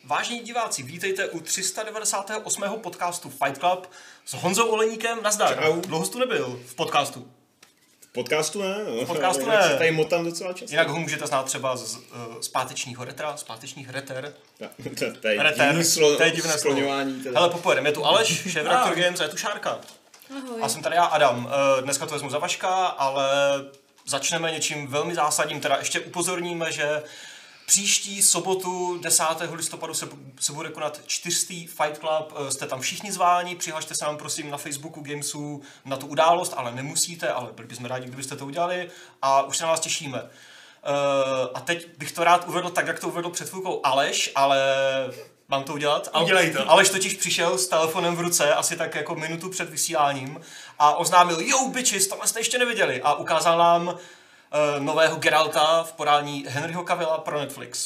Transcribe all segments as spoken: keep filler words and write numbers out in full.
Vážení diváci, vítejte u tři sta devadesátého osmého podcastu Fight Club s Honzou Oleníkem. Nazdar. Čau. Dlouho jsi tu nebyl v podcastu. V podcastu ne? V podcastu ne. ne. Se tady motám docela často. Jinak ho můžete znát třeba z uh, zpátečního retra, zpátečních reter. To, to je reter. divný slo, to je divné skloňování. Teda. Hele, popojedem. Je tu Aleš, šéf-redaktor Games, a je tu Šárka. Ahoj. A jsem tady já, Adam. Uh, dneska to vezmu za Vaška, ale začneme něčím velmi zásadním. Teda ještě upozorníme, že příští sobotu desátého listopadu se, se bude konat čtyřstý Fight Club, jste tam všichni zváni, přihlašte se nám prosím na Facebooku Gamesu na tu událost, ale nemusíte, ale byli bychom rádi, kdybyste to udělali a už se na vás těšíme. Uh, a teď bych to rád uvedl tak, jak to uvedl před chvilkou Aleš, ale mám to udělat? Udělej to. Aleš totiž přišel s telefonem v ruce asi tak jako minutu před vysíláním a oznámil, yo bitches, tohle jste ještě neviděli a ukázal nám Uh, nového Geralta v podání Henryho Cavilla pro Netflix.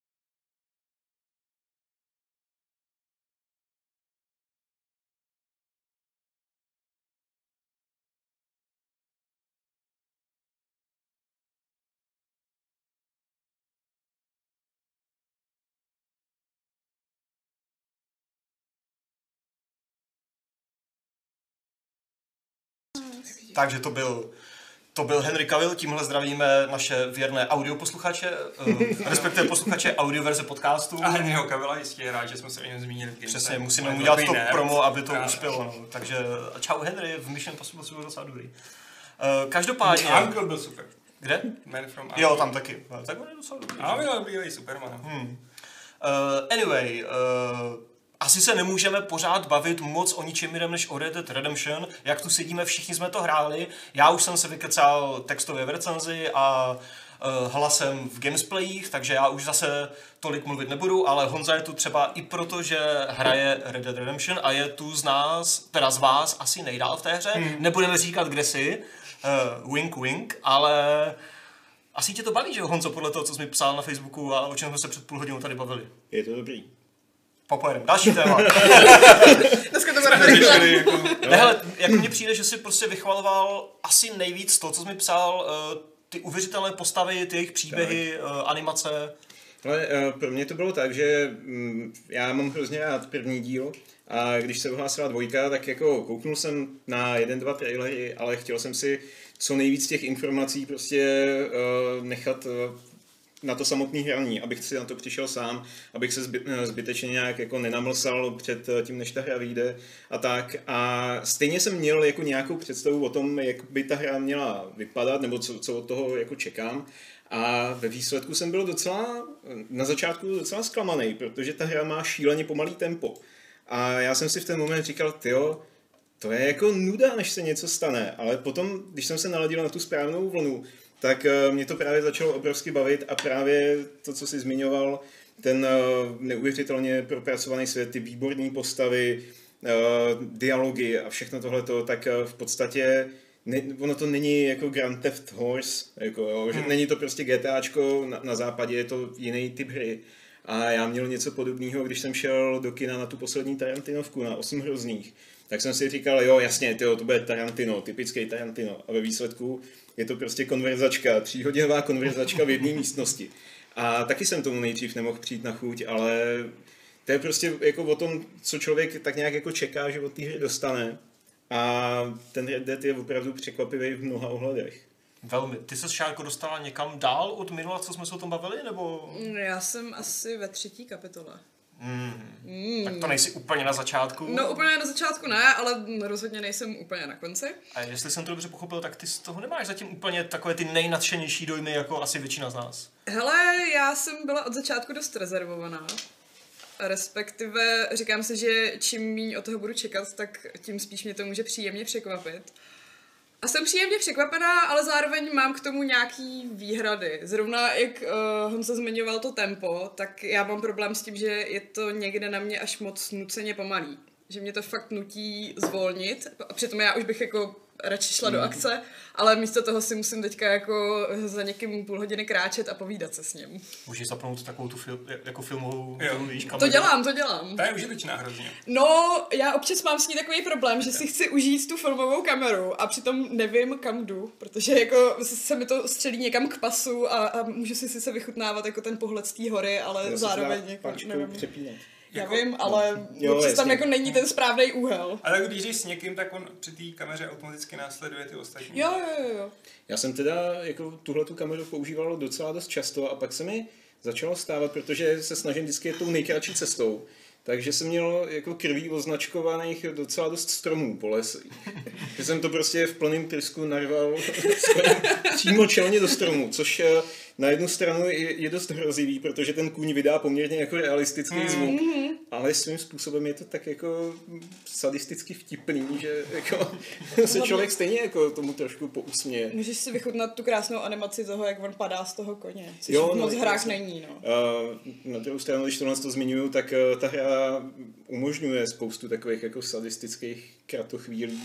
Takže to byl To byl Henry Cavill, tímhle zdravíme naše věrné audioposluchače, respektive posluchače audioverze podcastu. A Henryho Cavilla jistě je rád, že jsme se o něm zmínili v Gamese. Přesně, musíme mu udělat to promo, aby to uspělo. No. Takže čau Henry, v Mission Impossible byl docela dobrý. Uh, každopádně... Uncle byl super. Kde? Man from Uncle. Jo, tam taky. No, tak on je docela dobrý. A byl bývalý Superman. Hmm. Uh, anyway... Uh, Asi se nemůžeme pořád bavit moc o ničem jiném než o Red Dead Redemption. Jak tu sedíme, všichni jsme to hráli. Já už jsem se vykecal textově v recenzi a uh, hlasem v gamesplayích, takže já už zase tolik mluvit nebudu, ale Honza je tu třeba i proto, že hraje Red Dead Redemption a je tu z nás, teda z vás asi nejdál v té hře. Hmm. Nebudeme říkat, kde jsi, uh, wink wink, ale... Asi tě to baví, že jo, Honzo, podle toho, co jsi mi psal na Facebooku a o čem jsme se před půl hodinou tady bavili. Je to dobrý. Popojedem. Další téma. Dneska to bude rychle. Ne, hele, jako mně přijde, že jsi prostě vychvaloval asi nejvíc to, co jsi mi psal, uh, ty uvěřitelné postavy, ty jejich příběhy, uh, animace. Ale uh, pro mě to bylo tak, že um, já mám hrozně rád první díl a když se ohlásila dvojka, tak jako kouknul jsem na jeden, dva trailery, ale chtěl jsem si co nejvíc těch informací prostě uh, nechat uh, na to samotné hraní, abych si na to přišel sám, abych se zby, zbytečně nějak jako nenamlsal před tím, než ta hra vyjde a tak. A stejně jsem měl jako nějakou představu o tom, jak by ta hra měla vypadat, nebo co, co od toho jako čekám. A ve výsledku jsem byl docela, na začátku docela zklamaný, protože ta hra má šíleně pomalý tempo. A já jsem si v ten moment říkal, tyjo, to je jako nuda, než se něco stane, ale potom, když jsem se naladil na tu správnou vlnu, tak mě to právě začalo obrovsky bavit a právě to, co jsi zmiňoval, ten neuvěřitelně propracovaný svět, ty výborné postavy, dialogy a všechno tohleto, tak v podstatě ne, ono to není jako Grand Theft Horse, jako, jo, že hmm. není to prostě GTAčko na, na západě, je to jiný typ hry. A já měl něco podobného, když jsem šel do kina na tu poslední Tarantinovku, na osm hrozných. Tak jsem si říkal, jo, jasně, tyjo, to bude Tarantino, typický Tarantino. A ve výsledku je to prostě konverzačka, tříhodinová konverzačka v jedné místnosti. A taky jsem tomu nejdřív nemohl přijít na chuť, ale to je prostě jako o tom, co člověk tak nějak jako čeká, že od té hry dostane. A ten Red Dead je opravdu překvapivý v mnoha ohledech. Velmi. Ty se, Šárko, dostala někam dál od minula, co jsme se o tom bavili, nebo? Já jsem asi ve třetí kapitole. Hmm. Mm. Tak to nejsi úplně na začátku. No úplně na začátku ne, ale rozhodně nejsem úplně na konci. A jestli jsem to dobře pochopil, tak ty z toho nemáš zatím úplně takové ty nejnadšenější dojmy, jako asi většina z nás. Hele, já jsem byla od začátku dost rezervovaná. Respektive říkám si, že čím méně od toho budu čekat, tak tím spíš mě to může příjemně překvapit. A jsem příjemně překvapená, ale zároveň mám k tomu nějaký výhrady. Zrovna jak uh, Honza zmiňoval to tempo, tak já mám problém s tím, že je to někde na mě až moc nuceně pomalý. Že mě to fakt nutí zvolnit. A přitom já už bych jako radši šla do akce, ale místo toho si musím teďka jako za někým půl hodiny kráčet a povídat se s ním. Můžeš zapnout takovou tu fil, jako filmovou, Jo. filmu, víš, To kameru. dělám, to dělám. Ta je užitečná hrozně. No, já občas mám s ní takový problém, že si chci užít tu filmovou kameru a přitom nevím, kam jdu, protože jako se mi to střelí někam k pasu a, a můžu si sice vychutnávat jako ten pohled z té hory, ale Já zároveň se jako páčkou nevím. přepínat. Já Jako- vím, ale Jo, občas tam jasně. jako není ten správný úhel. Ale když jdeš s někým, tak on při té kameře automaticky následuje ty ostatní. Jo, jo, jo. Já jsem teda jako tuhle tu kameru používal docela dost často a pak se mi začalo stávat, protože se snažím vždycky tou nejkratší cestou. Takže jsem měl jako krví označkovaných docela dost stromů po lese. Že jsem to prostě v plném trysku narval přímo čelně do stromu, což na jednu stranu je, je dost hrozivý, protože ten kůň vydá poměrně jako realistický Mm. zvuk, ale svým způsobem je to tak jako sadisticky vtipný, že jako se člověk stejně jako tomu trošku pousměje. Můžeš si vychutnat tu krásnou animaci toho, jak on padá z toho koně, což Jo, jo, no, moc to hrách jsem- není, no. Uh, na druhou stranu, když tohle to zmiňuju, tak uh, ta hra umožňuje spoustu takových jako sadistických kratochvílí.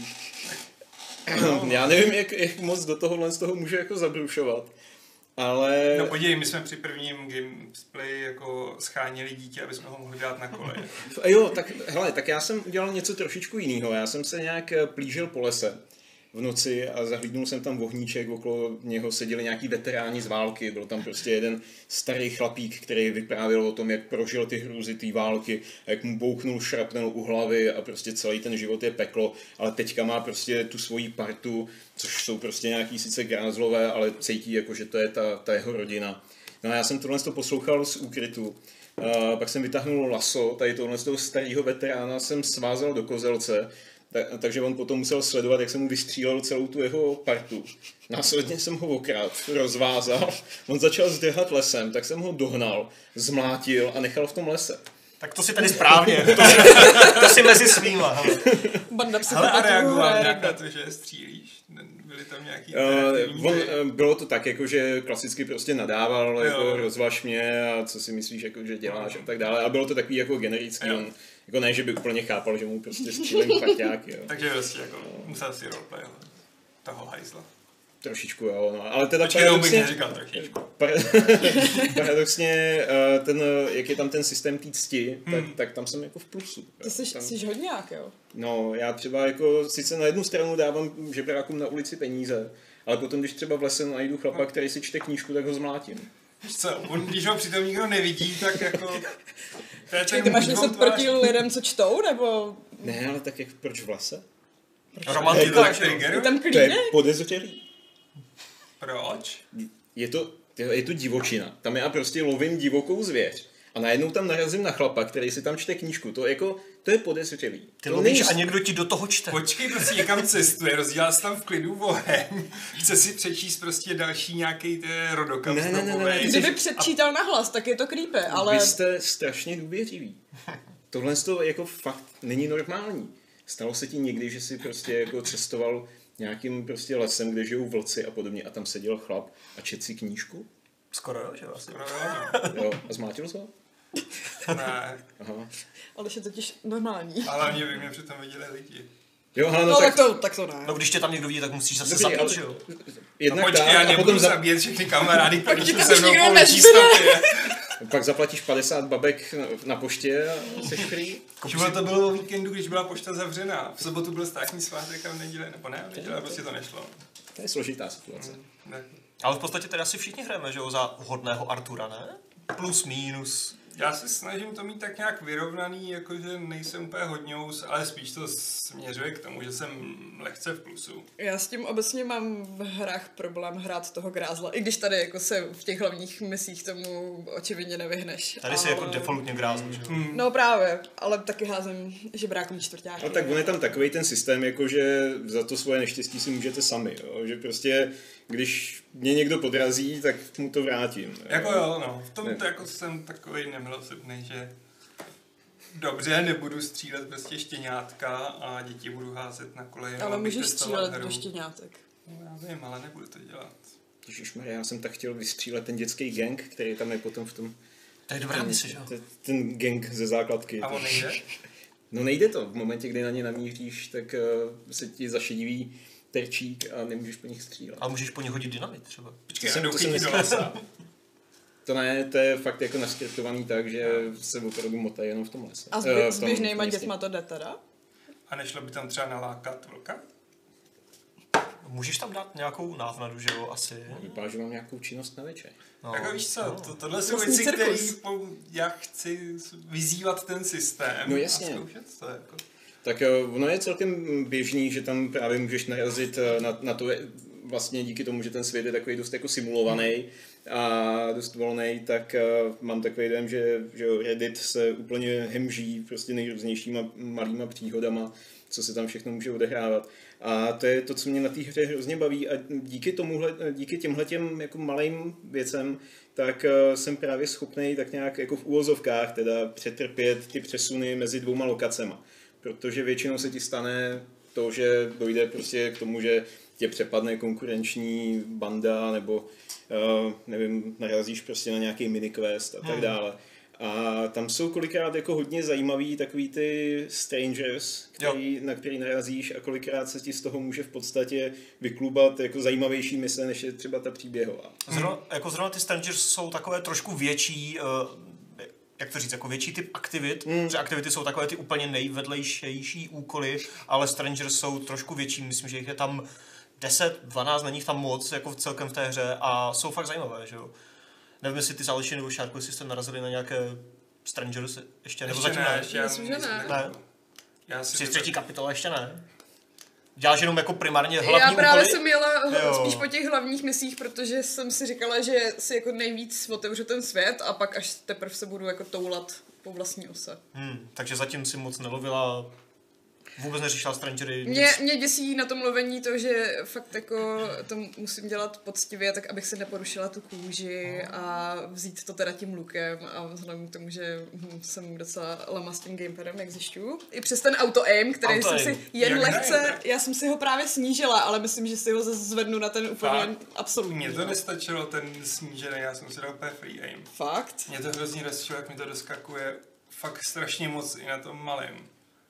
Já nevím, jak, jak moc do tohohle z toho může jako zabrušovat, ale... No podívej, my jsme při prvním gameplay jako scháněli dítě, aby jsme ho mohli dát na kole. A jo, tak hele, tak já jsem udělal něco trošičku jiného. Já jsem se nějak eh, plížil po lese v noci a zahlídnul jsem tam vohníček, okolo něho seděli nějaký veteráni z války, byl tam prostě jeden starý chlapík, který vyprávěl o tom, jak prožil ty hrůzy té války, jak mu bouchnul šrapnel u hlavy a prostě celý ten život je peklo, ale teďka má prostě tu svoji partu, což jsou prostě nějaký sice grázlové, ale cítí jako, že to je ta, ta jeho rodina. No a já jsem tohle to poslouchal z úkrytu. Uh, pak jsem vytáhnul laso, tady tohle z toho starého veterána jsem svázal do kozelce, tak, takže on potom musel sledovat, jak jsem mu vystřílel celou tu jeho partu. Následně jsem ho okrát rozvázal, on začal zdrhat lesem, tak jsem ho dohnal, zmlátil a nechal v tom lese. Tak to si tady správně, to si, to si mezi svýma. hele. Banda Ale a psychopatů reagoval hraje nějak na rande. to, že střílíš? Byly tam nějaký... Uh, on, uh, bylo to tak, jako, že klasicky prostě nadával, Jo. jako rozvaž mě a co si myslíš, jako, že děláš a tak dále. A bylo to takový jako generický, Jo. on, jako ne, že by úplně chápal, že mu prostě střílím parťáky. Jo. Takže prostě jako musel si roleplayovat toho hajzla. Trošičku, jo, no. Ale teda Počkej, jenom bych paradoxně, neříkal trošičku. para- paradoxně uh, ten, uh, jak je tam ten systém té cti, tak, Hmm. tak tam jsem jako v plusu. Ty jsi, tam, jsi hodňák, jo? No, já třeba jako, sice na jednu stranu dávám žebrákům na ulici peníze, ale potom, když třeba v lese najdu chlapa, který si čte knížku, tak ho zmlátím. Víš co, on, když ho přitom nikdo nevidí, tak jako... To je Čekaj, ten ty máš můj něco tvář. proti lidem, co čtou, nebo Ne, ale tak jak, proč v lese? Romantizáš, To je jo. je trigger? tam To je klínek? podezřelý. Proč? Je to, je to divočina. Tam já prostě lovím divokou zvěř. A najednou tam narazím na chlapa, který si tam čte knížku. To, jako, to je podezřelý. Ty to lovíš není- a někdo ti do toho čte. Počkej, prostě někam cestuje, rozdělal se tam v klidu oheň, chce si přečíst prostě další nějaký ty rodokam Ne, ne, ne, ne, znovu, ne, ej. Kdyby předčítal na hlas, tak je to creepy, ale... Vy jste strašně důvěřivý. Tohle to jako fakt není normální. Stalo se ti někdy, že jsi prostě jako cestoval nějakým prostě lesem, kde žijou vlci a podobně a tam seděl chlap a četl si knížku? Skoro jo, že vlastně. No, jo, Jo, a zmátil jsi ho? no. Ne, Aha. Ale je totiž normální. ale hlavně by mě přitom viděli lidi. Jo, aha, no, No, tak, tak to, tak to ne. No když tě tam někdo vidí, tak musíš zase Dobrý, zabít, ale- že jo? No jednak počkej, tak, já a nebudu potom za, zabíjet všechny kamarády, Pak kteří ti jsou tam se už mnou nikdo po nezbyde. stopě. pak zaplatíš padesát babek na poště a jsi free. Všiml, to bylo o víkendu, když byla pošta zavřená. V sobotu byl státní svátek a v neděli, nebo ne, v neděli prostě to nešlo. To je složitá situace. Ne. Ale v podstatě teda si všichni hrajeme, že jo, za hodného Artura, ne? Plus, minus. Já se snažím to mít tak nějak vyrovnaný, jakože nejsem úplně hodňous, ale spíš to směřuje k tomu, že jsem lehce v plusu. Já s tím obecně mám v hrách problém hrát toho grázla, i když tady jako se v těch hlavních misích tomu očividně nevyhneš. Tady si ale... jako defaultně grázl, že jo? No právě, ale taky házím žebrákům čtvrťáky. No tak on je tam takový ten systém, jako že za to svoje neštěstí si můžete sami, jo? Že prostě, když mě někdo podrazí, tak mu to vrátím. Jako jo, no, v tom Ne. to jako jsem takový nemilosrdný, že dobře, nebudu střílet prostě štěňátka a děti budu házet na koleje. Ale abych můžeš testoval střílet hru. do štěňátek. No, já vím, ale nebudu to dělat. Ježišmarja, já jsem tak chtěl vystřílet ten dětský gang, který tam je potom v tom... To je dobrá mise, že jo? Ten, ten gang ze základky. A on nejde? No nejde to. V momentě, kdy na ně namíříš, tak uh, se ti zašediví terčík a nemůžeš po nich střílet. Ale můžeš po ně hodit dynamit třeba. Počkej, To jsem- já jdou to jsem chytit do myslel. lesa. To ne, to je fakt jako naskriptovaný tak, že se opravdu motají jenom v tom lese. A s, Eh, bě- v s tom- běžnýma v tom dětma to jde teda? A nešlo by tam třeba nalákat vlka? Můžeš tam dát nějakou návnadu, že jo, asi. Vypadá, že mám nějakou činnost na večer. No. Jako víš co, No. to, tohle jsou Vlastní věci, cirkus. které po- já chci vyzývat ten systém No jasně. a zkoušet to. Jako. Tak jo, ono je celkem běžný, že tam právě můžeš narazit eh, na, na to, vlastně díky tomu, že ten svět je takový dost jako simulovaný a dost volnej, tak uh, mám takový dojem, že, že jo, Reddit se úplně hemží prostě nejrůznějšíma malýma příhodama, co se tam všechno může odehrávat. A to je to, co mě na té hře hrozně baví a díky tomuhle, díky těmhletěm jako malým věcem, tak uh, jsem právě schopný tak nějak jako v úvozovkách teda přetrpět ty přesuny mezi dvouma lokacema. Protože většinou se ti stane to, že dojde prostě k tomu, že tě přepadne konkurenční banda nebo uh, nevím, narazíš prostě na nějaký miniquest a tak Hmm. dále. A tam jsou kolikrát jako hodně zajímavý takový ty strangers, který, na který narazíš a kolikrát se ti z toho může v podstatě vyklubat jako zajímavější mise, než je třeba ta příběhová. Zrovna, jako zrovna ty Strangers jsou takové trošku větší, uh, jak to říct, jako větší typ aktivit, mm. že aktivity jsou takové ty úplně nejvedlejšejší úkoly, ale Strangers jsou trošku větší, myslím, že jich je tam deset, dvanáct, není jich tam moc, jako v celkem v té hře a jsou fakt zajímavé, že jo. Nevím, jestli ty Záleši nebo Šárku, jestli jste narazili na nějaké Strangers ještě, nebo Ještě zatím ne, ne. ještě já Myslím, že nejsem ne. takový. Ne. Já si Při to- třetí kapitole ještě ne. Děláš jenom jako primárně hlavní Já právě úkoly? jsem jela Jo. spíš po těch hlavních misích, protože jsem si říkala, že si jako nejvíc otevřu ten svět a pak až teprve se budu jako toulat po vlastní ose. Hmm, takže zatím si moc nelovila, vůbec neřešila Strangery, Mě, nic. mě děsí na tom lovení to, že fakt jako to musím dělat poctivě, tak abych se neporušila tu kůži a vzít to teda tím lukem a vzhledem k tomu, že hm, jsem docela lama s tím gamepadem, jak zjišťuju. I přes ten auto-aim, který Auto-aim. jsem si jen Jak lehce, hrajete? já jsem si ho právě snížila, ale myslím, že si ho zase zvednu na ten úplně Fakt? absolutní. Mně to nestačilo, ten snížený, já jsem si dal úplně free aim. Fakt? Mě to hrozně rozčilo, jak mi to doskakuje fakt strašně moc i na tom malém.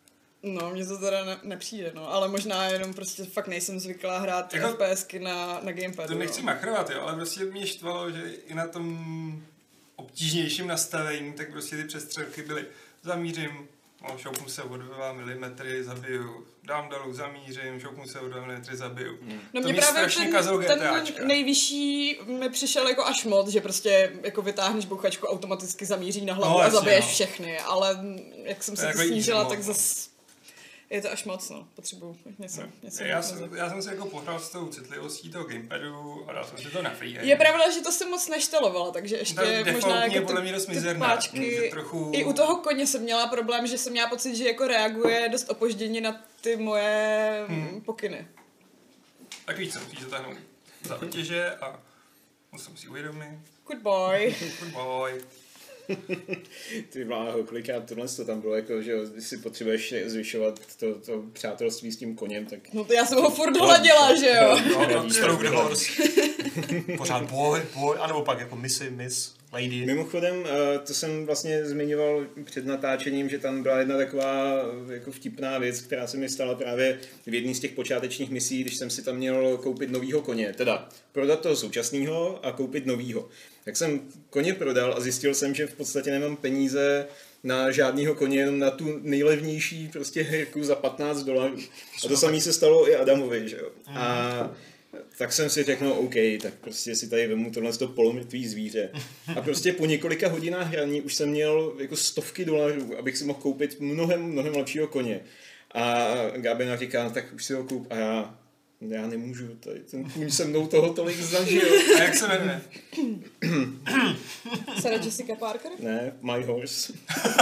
No, mně to teda ne, nepřijde, no, ale možná jenom prostě fakt nejsem zvyklá hrát Jako- FPSky na, na gamepadu. To nechci no. machrovat, jo, ale prostě mě štvalo, že i na tom obtížnějším nastavení, tak prostě ty přestřelky byly zamířím, no, šoupnu se o dva milimetry, zabiju, dám dolů, zamířím, šoupnu se o dva milimetry, zabiju. No To mě mě právě strašně ten, kazilo ten GTAčka. nejvyšší mi přišel jako až moc, že prostě jako vytáhneš bouchačku, automaticky zamíří na hlavu No, a jasně, zabiješ no. všechny, ale jak jsem To se je to jako snížila, easy tak mode, no. zas je to až moc, no, potřebuju něco, něco. Já něco. jsem, já jsem si jako pohrál s tou citlivostí toho gamepadu a dal jsem si to na free aim. Je pravda, že to jsem moc neštelovala, takže ještě Tak možná defaultně je jako podle ty, mě dost ty mizerná, páčky, že trochu- i u toho koně jsem měla problém, že jsem měla pocit, že jako reaguje dost opožděně na ty moje hmm. pokyny. Tak víc, jsem si zatáhnout za otěže a musím si uvědomit. Good boy. Good boy. Ty vláho, kolikrát tohle to tam bylo, jako, že jo, když si potřebuješ zvyšovat to, to přátelství s tím koněm, tak No to já jsem ho furt hladila, že jo. No, no, Hladíš, Stroke the hladíš. horse. Pořád boy, boy, anebo pak jako missy, miss, lady. Mimochodem, eh, to jsem vlastně zmiňoval před natáčením, že tam byla jedna taková eh, jako vtipná věc, která se mi stala právě v jedné z těch počátečních misí, když jsem si tam měl koupit novýho koně, teda prodat toho současného a koupit novýho. Tak jsem koně prodal a zjistil jsem, že v podstatě nemám peníze na žádného koně, jenom na tu nejlevnější prostě herku za patnáct dolarů. A to samé se stalo i Adamovi, že jo. A tak jsem si řekl, no OK, tak prostě si tady vemu tohle to polomrtvý zvíře. A prostě po několika hodinách hraní už jsem měl jako stovky dolarů, abych si mohl koupit mnohem, mnohem lepšího koně. A Gabina říká, no, tak už si ho koup. A já, já nemůžu, tady ten kůň se mnou toho tolik zažil. A jak se jmenuje? Sarah Jessica Parker? Ne, my horse.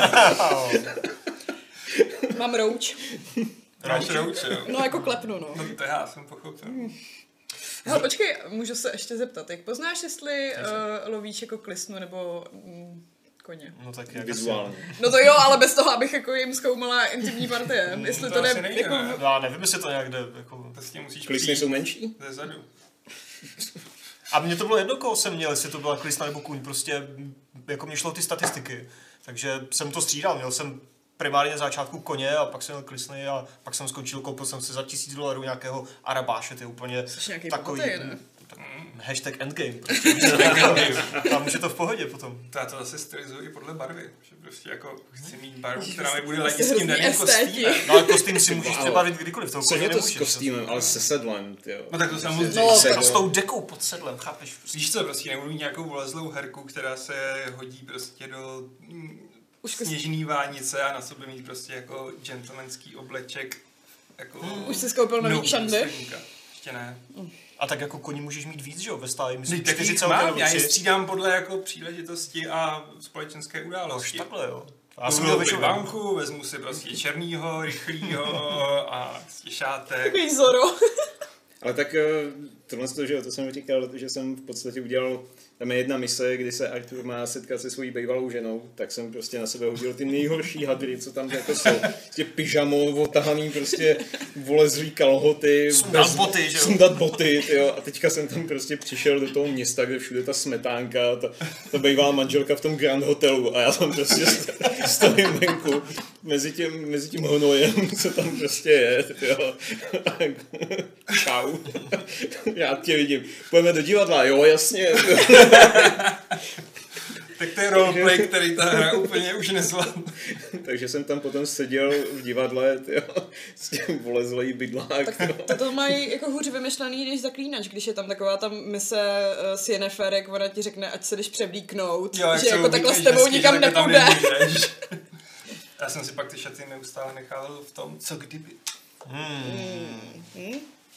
Mám rouč. Máš rouče, jo? No jako klepnu, no. No to já jsem pochopil. Hele, počkej, můžu se ještě zeptat, jak poznáš, jestli uh, lovíš jako klisnu nebo mm, koně? No tak jak Vizuálně. No to jo, ale bez toho, abych jako jim zkoumala intimní partie. Jestli to to jde asi nejde, jako... ne? asi... Já nevím, jestli to nějak jde, jako... Prostě musíš Klisny přijít jsou menší? ze zadu. A mně to bylo jedno, koho jsem měl, jestli to byla klisna nebo kůň, prostě jako mě šlo ty statistiky. Takže jsem to střídal, měl jsem primárně z začátku koně a pak jsem měl klisny a pak jsem skončil, koupil jsem si za tisíc dolarů nějakého Arabáše, ty úplně takový... Bohatý, ne? Hashtag endgame. Prostě, tam už je to v pohodě potom. To já to zase stylizuji i podle barvy. Že prostě jako chci mít barvu, která mi bude ladit s tím daným kostýmem. No ale kostým si můžeš třeba být kdykoliv. Co je to s kostýmem, ale se sedlem, tyjo. No tak to samozřejmě. No, no s tou dekou pod sedlem, chápeš? Víš co, prostě nebudu mít nějakou vlezlou herku, která se hodí prostě do sněžný vánice a na sobě mít prostě jako gentlemanský obleček. Jako Už jsi skoupil nový šandy? Ještě ne. A tak jako koní můžeš mít víc, že jo, ve stáji, myslím, no, čtyři celkem mám, já je střídám podle jako příležitosti a společenské události. Už takhle, jo. Já jsem měl banku, vezmu si prostě černýho, rychlýho a šátek. Takový Zoro. Ale tak tohle to, že to jsem říkal, že jsem v podstatě udělal, tam je jedna mise, kdy se Arthur má setkat se svojí bývalou ženou, tak jsem prostě na sebe hodil ty nejhorší hadry, co tam jako jsou. Prostě pyžamo, otahaný prostě volezlý kalhoty. Sundat bez, boty, že jo? Sundat boty, jo. A teďka jsem tam prostě přišel do toho města, kde všude ta smetánka, ta, ta bývalá manželka v tom Grand Hotelu a já tam prostě stojím venku mezi tím, mezi tím hnojem, co tam prostě je, jo. Čau. Já tě vidím. Pojďme do divadla, jo, jasně. Tak to je roleplay, který ta hra úplně už nezvládne. Takže jsem tam potom seděl v divadle, tyjo, s tím volezlej bydlák. Tak to, to mají jako hůř vymyšlený, když zaklínač, když je tam taková ta mise uh, s Yennefer, ona ti řekne, ať se jdeš převlíknout, jo, že jako takhle s tebou nikam nepůjde. Já jsem si pak ty šaty neustále nechal v tom, co kdyby. Hmm. Hmm.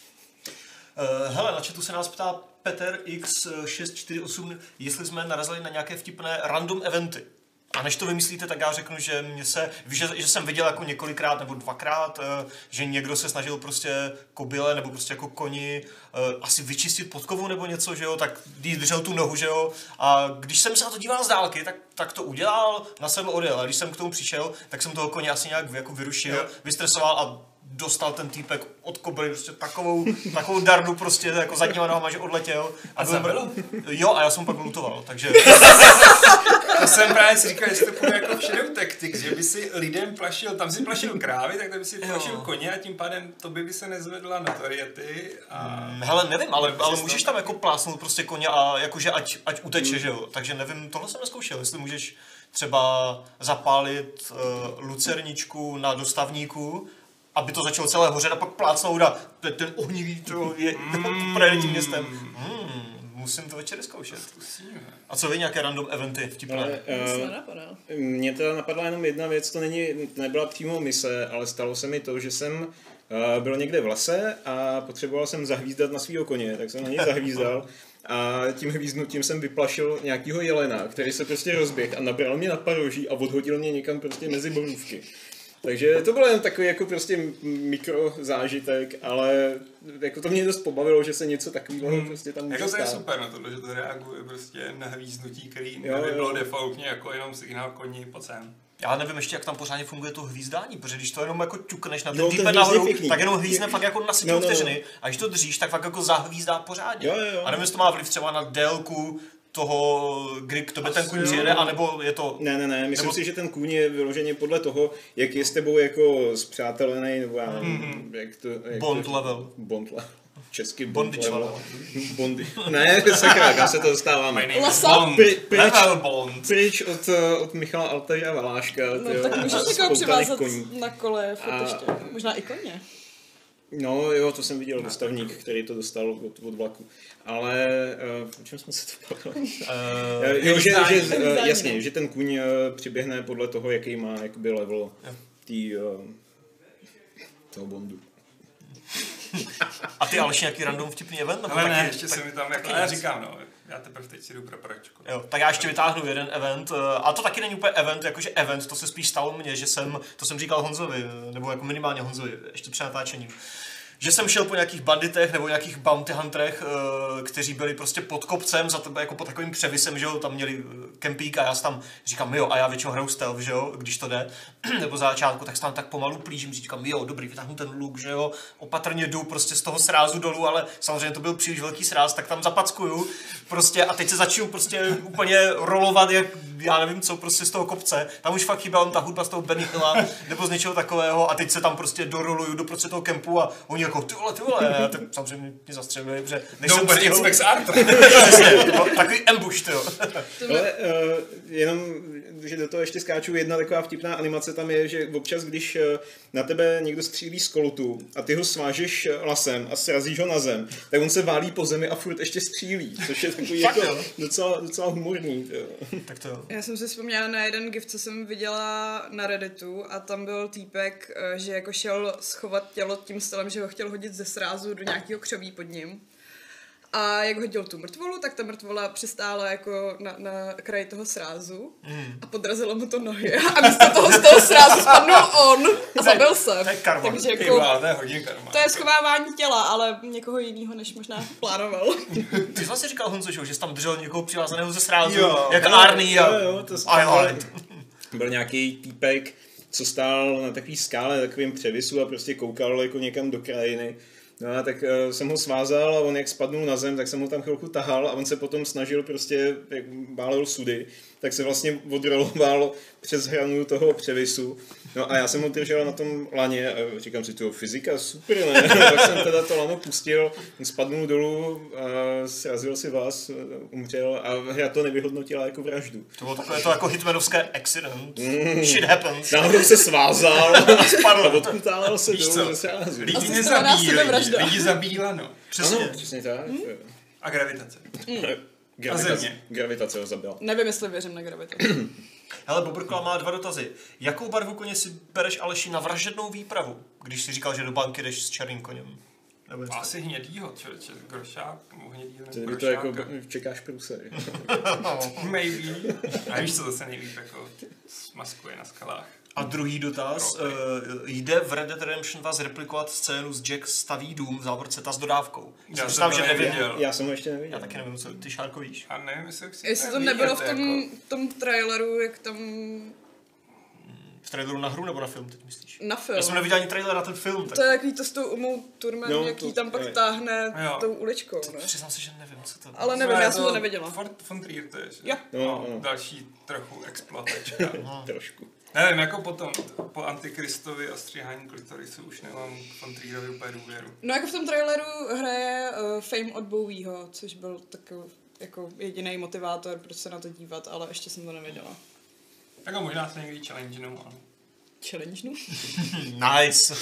Uh, hele, na chatu se nás ptá Peter X šest čtyři osm, jestli jsme narazili na nějaké vtipné random eventy. A než to vymyslíte, tak já řeknu, že mě se, že, že jsem viděl jako několikrát nebo dvakrát, uh, že někdo se snažil prostě kobyle nebo prostě jako koni uh, asi vyčistit podkovu nebo něco, že jo, tak jí držel tu nohu, že jo. A když jsem se na to díval z dálky, tak, tak to udělal, nasedl, odjel. A když jsem k tomu přišel, tak jsem toho koně asi nějak jako vyrušil, jo. Vystresoval a dostal ten týpek od kobry prostě takovou, takovou dardu prostě jako zadníma nohama, že odletěl. A zabilo? Jo, a já jsem pak lutoval, takže... To jsem právě si říkal, jestli to půjde jako v Shadow Tactics, že by si lidem plašil, tam si plašil krávy, tak by si plašil koně a tím pádem to by, by se nezvedla notoriety. A... Hmm, hele, nevím, ale, ale můžeš tam jako plásnout prostě koně a jakože ať, ať uteče, hmm. že jo. Takže nevím, tohle jsem neskoušel, jestli můžeš třeba zapálit uh, lucerničku na dostavníku, aby to začalo celé hořet a pak plácnout a ten ohnivý to je mm. projede tím městem. Mm, musím to večer zkoušet. A co vy, nějaké random eventy vtipné? Uh, Mně teda napadla jenom jedna věc, to není, nebyla přímo mise, ale stalo se mi to, že jsem uh, byl někde v lese a potřeboval jsem zahvízdat na svýho koně, tak jsem na něj zahvízdal. A tím hvíznutím jsem vyplašil nějakýho jelena, který se prostě rozběhl a nabral mě na paroží a odhodil mě někam prostě mezi borůvky. Takže to bylo jen takový jako prostě mikro zážitek, ale jako to mě dost pobavilo, že se něco takového hmm. prostě tam může jako stát. Jako to je super na to, že to reaguje prostě na hvíznutí, který nebylo defaultně jako jenom signál koni po cen. Já nevím ještě, jak tam pořádně funguje to hvízdání, protože když to jenom jako ťukneš na ten no, týpek nahoru, tak jenom hvízne fakt jako na sekundu no, no, no. vteřiny a když to držíš, tak fakt jako zahvízdá pořádně. Jo, jo, jo. A nevím, jestli to má vliv třeba na délku toho, kdy k tobě ten kůň přijede, anebo je to... Ne, ne, ne, myslím nebo... si, že ten kůň je vyloženě podle toho, jak je s tebou jako spřátelený, nebo já nevím, mm-hmm. jak to... Jak Bond to, level. Bond level. Česky Bond level. level. Bondy. Ne, sakra, kam se to dostáváme. Bond. Pri, pryč, level Bond. Pryč od, od Michala Altera Valáška. No tyjo, tak můžeš někoho přivázat na kole, furt ještě. Možná i koně. No jo, to jsem viděl no, dostavník, který to dostal od, od vlaku. Ale uh, o čem jsme se to bavili? Uh, jo, že, že, uh, jasně, že ten kůň uh, přiběhne podle toho, jaký má jakoby level tý, uh, toho Bondu. A ty Aleš nějaký random vtipný event? Ale ne, ještě tak, se mi tam, jako, já říkám, no, já teprve teď si jdu pro pračku. Jo, tak já ještě vytáhnu jeden event, a to taky není úplně event, jakože event, to se spíš stalo mně, že jsem, to jsem říkal Honzovi, nebo jako minimálně Honzovi, ještě před natáčením, že jsem šel po nějakých banditech nebo nějakých bounty hunterech, uh, kteří byli prostě pod kopcem, za tebe jako pod takovým převisem, že jo, tam měli kempík a já si tam říkám, jo, a já většinou hraju stealth, že jo, když to jde, nebo za začátku, tak se tam tak pomalu plížím, říkám, jo, dobrý, vytáhnu ten luk, že jo, opatrně jdu prostě z toho srázu dolů, ale samozřejmě to byl příliš velký sráz, tak tam zapackuju, prostě a teď se začnu prostě úplně rolovat, jak já nevím co, prostě z toho kopce, tam už fakt chyběla ta hudba z toho Benny Hilla, nebo z něčeho takového a teď se tam prostě doroluju do prostě toho kempu a oni jako ty vole, ty vole, a tak samozřejmě mě zastřelili, protože než jsem Nobody stihl, expects Arthur. přesně, to byl takový ambush, tyjo. Ale uh, jenom, že do toho ještě skáču, jedna taková vtipná animace tam je, že občas, když uh, na tebe někdo střílí z kolutu a ty ho svážeš lasem a srazíš ho na zem, tak on se válí po zemi a furt ještě střílí, což je takový jako docela, docela humorní. Tyjo. Tak to jo. Já jsem si vzpomněla na jeden gif, co jsem viděla na Redditu a tam byl týpek, že jako šel schovat tělo tím stylem, že ho chtěl hodit ze srázu do nějakého křoví pod ním. A jak hodil tu mrtvolu, tak ta mrtvola přistála jako na, na kraji toho srázu Mm. a podrazilo mu to nohy. A místo toho z toho srázu spadnul on a zabil se. To je karma. Takže Ty jako, vole, to je hodně karma. to je schovávání těla, ale někoho jiného, než možná plánoval. Ty jsi vlastně říkal, Honzo, že jsi tam držel někoho přivázaného ze srázu, Jo. jak Jo, Arnie a jo, jo, to jsem- Island. Byl nějaký týpek, co stál na takový skále, na takovém převisu a prostě koukal jako někam do krajiny. No a tak uh, jsem ho svázal a on jak spadnul na zem, tak jsem ho tam chvilku tahal a on se potom snažil prostě, jak bálel sudy, tak se vlastně odroloval přes hranu toho převisu. No a já jsem ho držel na tom laně a říkám si, to fyzika, super, ne? Tak jsem teda to lano pustil, on spadnul dolů a srazil si vás, umřel a hra to nevyhodnotila jako vraždu. To bylo takové to jako hitmanovské accident. Shit happens. Náhodou se svázal a Spadl. odkutálel se Víš dolů co? ze srázu. Lidi Asi nezabíjí to na lidi, sebevražda. lidi zabíjí lano. Přesně. Ano, přesně tak. A gravitace. Gravitace, země. gravitace ho zabila. Nevím, jestli věřím na gravitaci. Hele, Bobrkla má dva dotazy. Jakou barvu koně si bereš, Aleši, na vražednou výpravu, když si říkal, že do banky jdeš s černým koněm? Nebo jestli- Asi hnědýho, člověče, grošák, nebo hnědýho, Tedy nebo by to jako grošáka. čekáš průsery. Maybe. A víš, co zase nejlíp jako smaskuje na skalách. A druhý dotaz. Pro- Uh, jde v Red Dead Redemption dva zreplikovat scénu s Jack staví dům v závorce ta s dodávkou? Já Jsem jsem to že nevím. neviděl. Já jsem ho ještě neviděl. Já taky nevím, co ty, Šárko, víš. A nevím, jestli si Jestli to vidět, nebylo v tom, jako- tom traileru, jak tam V traileru na hru nebo na film, teď myslíš? na film. Já jsem neviděl ani trailer na ten film, tak To je jaký to s tou Umou Turman, No, no, jaký to- tam pak je. táhne Jo. tou uličkou, ne? přiznám se, že nevím, co to Ale bylo. nevím, No, já je jsem to neviděla. Fort von Trier to je, že? Jo. No, No, no. další trochu exploatačka. Trošku. Nevím, jako potom, po Antikristovi a stříhání klitorisu už nemám k von Trierovi úplně důvěru. No jako v tom traileru hraje uh, Fame od Bowieho, což byl takový jako jediný motivátor, proč se na to dívat, ale ještě jsem to nevěděla. Tak ho možná se někdy challengenu, ale... Challenge, no? Nice.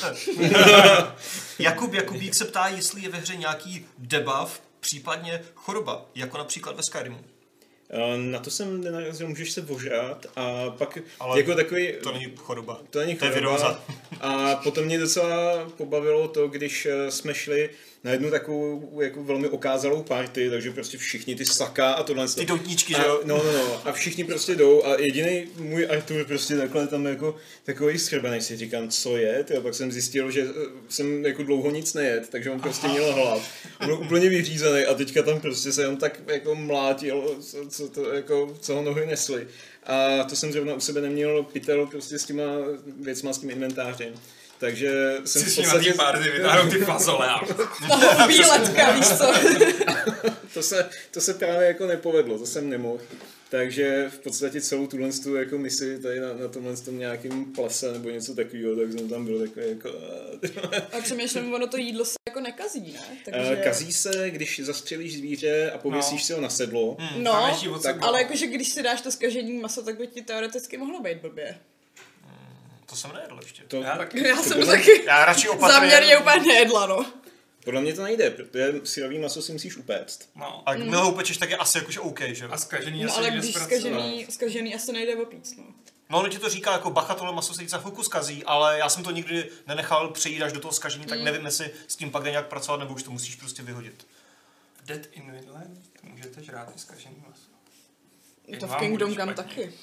Jakub Jakubík se ptá, jestli je ve hře nějaký debuff, případně choroba, jako například ve Skyrimu. Uh, Na to jsem nenarazil, můžeš se ožrat a pak Ale jako takový... To není choroba. To není To je choroba. viróza. A potom mě docela pobavilo to, když eh, jsme šli na jednu takovou jako velmi okázalou party, takže prostě všichni ty saka a tohle. Ty doutníčky, a, že jo? No, no, no. A všichni prostě jdou a jediný můj Artur prostě takhle tam jako takový schrbený si říkám, co je? Tyjo, pak jsem zjistil, že eh, jsem jako dlouho nic nejet, takže on prostě měl hlad. Byl úplně vyřízený a teďka tam prostě se on tak jako mlátil, co, co, to, jako, co ho nohy nesly. A to jsem zrovna u sebe neměl pytel prostě s těma věcma, s tím inventářem. Takže jsem Jsi na té party vytáhnou ty fazole a... No, výletka, víš co? to, se, to se právě jako nepovedlo, to jsem nemohl. Takže v podstatě celou tuhle tu jako misi tady na, na tomhle tom nějakým plese nebo něco takového, tak jsem tam byl takový jako... A přemýšlím, ono to jídlo se jako nekazí, ne? Takže... Kazí se, když zastřelíš zvíře a pověsíš No. si ho na sedlo. Hmm. No, Tam ještě od tak- sebe. ale jakože když si dáš to zkažený maso, tak by ti teoreticky mohlo být blbě. To jsem nejedl ještě. To, Já taky. Já To jsem bylo- taky Já radši opatrně... záměrně úplně nejedla, no. podle mě to nejde, protože syrový maso si musíš upéct. No. A když ho upečeš, tak je asi jakože OK, že jo? A zkažený No asi ale jde když zpracovat. zkažený, zkažený asi nejde opíct, no. No, ono ti to říká jako bacha, tohle maso se ti za chvilku zkazí, ale já jsem to nikdy nenechal přejít až do toho zkažení, tak nevím, jestli s tím pak jde nějak pracovat, nebo už to musíš prostě vyhodit. V Dead in Midland můžete žrát i zkažený maso. Jak To v vám Kingdom bude Come špatně. taky.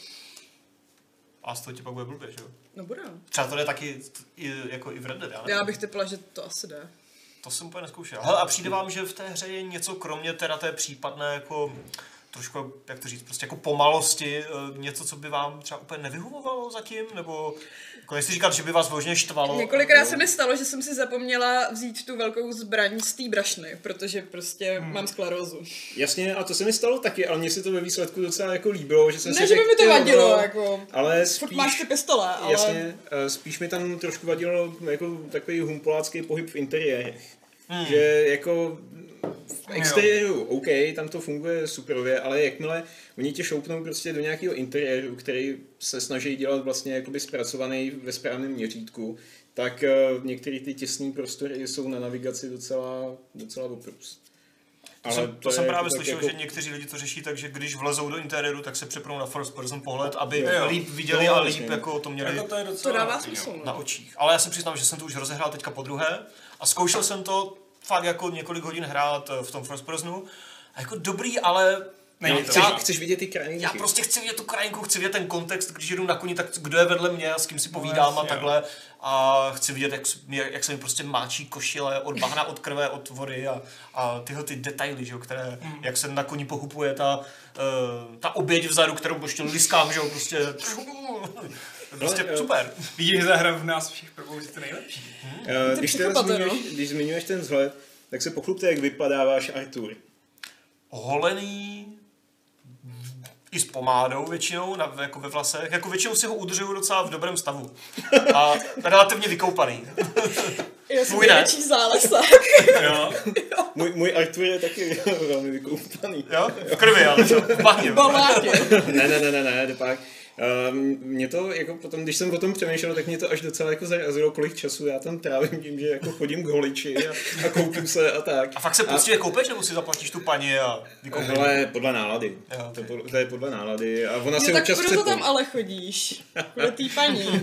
A z toho ti pak bude blbě, že jo? No bude. Třeba to jde taky i, jako i v Red Dead, já nevím. Já bych typla, že to asi jde. To jsem úplně neskoušel. Hele, a přijde vám, že v té hře je něco kromě teda té případné jako trošku, jak to říct, prostě jako pomalosti, něco, co by vám třeba úplně nevyhovovalo zatím, nebo jako jestli říkat, že by vás možně štvalo. Několikrát se mi stalo, že jsem si zapomněla vzít tu velkou zbraň z té brašny, protože prostě hmm. mám sklerózu. Jasně, a to se mi stalo taky, ale mně se to ve výsledku docela jako líbilo, že jsem ne, si že by řek, mi to jo, vadilo, no, jako, ale furt spíš, máš ty pistole, ale... Jasně, spíš mi tam trošku vadilo jako takový humpolácký pohyb v interiérech. Hmm. Že jako v exteriéru, OK, tam to funguje superově, ale jakmile oni tě šoupnou prostě do nějakého interiéru, který se snaží dělat vlastně jakoby zpracovaný ve správném měřítku, tak uh, některé ty těsné prostory jsou na navigaci docela, docela oprus. To, jsem, to, to jsem právě slyšel, jako... že někteří lidi to řeší tak, že když vlezou do interiéru, tak se přepnou na first person pohled, aby jo, líp viděli jo, a líp vlastně. Jako to měli jako to, je to dává smysl, na očích. Ale já se přiznám, že jsem to už rozehrál teďka po druhé a zkoušel jsem to fakt jako několik hodin hrát v tom first personu. A jako dobrý, ale... Není to. Chceš, chceš vidět ty krajinky? Já prostě chci vidět tu krajinku, chci vidět ten kontext, když jedu na koni, tak kdo je vedle mě a s kým si povídám no, a takhle. A chci vidět, jak, jak se mi prostě máčí košile od bahna, od krve, od vody a, a tyhle ty detaily, že jo, které, mm. jak se na koni pohupuje ta, uh, ta oběť vzadu, kterou prostě liskám, že jo, prostě... Prostě no, super. Vidíš, že ta hra v nás všech probouzí to nejlepší. Hmm. Uh, když, zmiňuješ, když zmiňuješ ten vzhled, tak se pochlupte, jak vypadá váš Artur. Holený, i s pomádou většinou, na, jako ve vlasech. Jako většinou si ho udržuju docela v dobrém stavu. A relativně vykoupaný. Já jsem větší zálesák. Jo. Můj, můj Artur je taky velmi vykoupaný. Jo? V krvi, ale čo? V bahně. ne, ne, ne, ne, ne, pak. Um, mě to, jako potom, když jsem o tom přemýšlel, tak mě to až docela jako zarazilo, kolik času já tam trávím tím, že jako chodím k holiči a, a koupím se a tak. A fakt se poctivě koupeš, nebo si zaplatíš tu paní a vykoupíš? Ale podle nálady. Jo, okay. to, to je podle nálady. A ona jo, si tak občas proto tam ale chodíš. Kvůli té paní.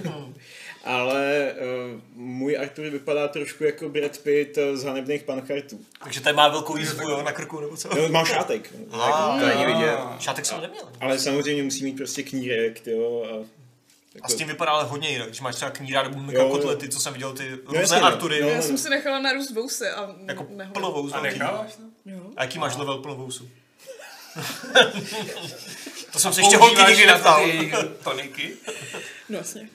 Ale uh, můj Artur vypadá trošku jako Brad Pitt z Hanebných panchartů. Takže tady má velkou jízbu, jo, na krku, nebo co? No, má šátek. Ah, to není vidět. Šátek jsem neměl. Ale samozřejmě musí mít prostě knírek, jo. A, jako... a s tím vypadá ale hodně jinak, když máš třeba kníra nebo mega kotlety, co jsem viděl, ty různé no, Artury. No, já jsem si nechala narůst vousy a jako plnovous. A necháváš to? Jo. A jaký máš level plnovousu? To jsem se ještě holky nikdy neptal. Toniky? No jasně.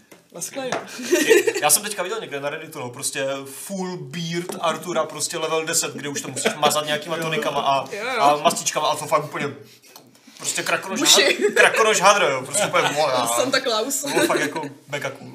Já jsem teďka viděl někde na Redditu, no, prostě full beard Artura, prostě level deset, kde už to musíš mazat nějakýma tonikama a, a mastičkama a to fakt úplně prostě krakonož, had, krakonož hadro, jo, prostě úplně moja. Santa Claus. To bylo fakt jako mega cool.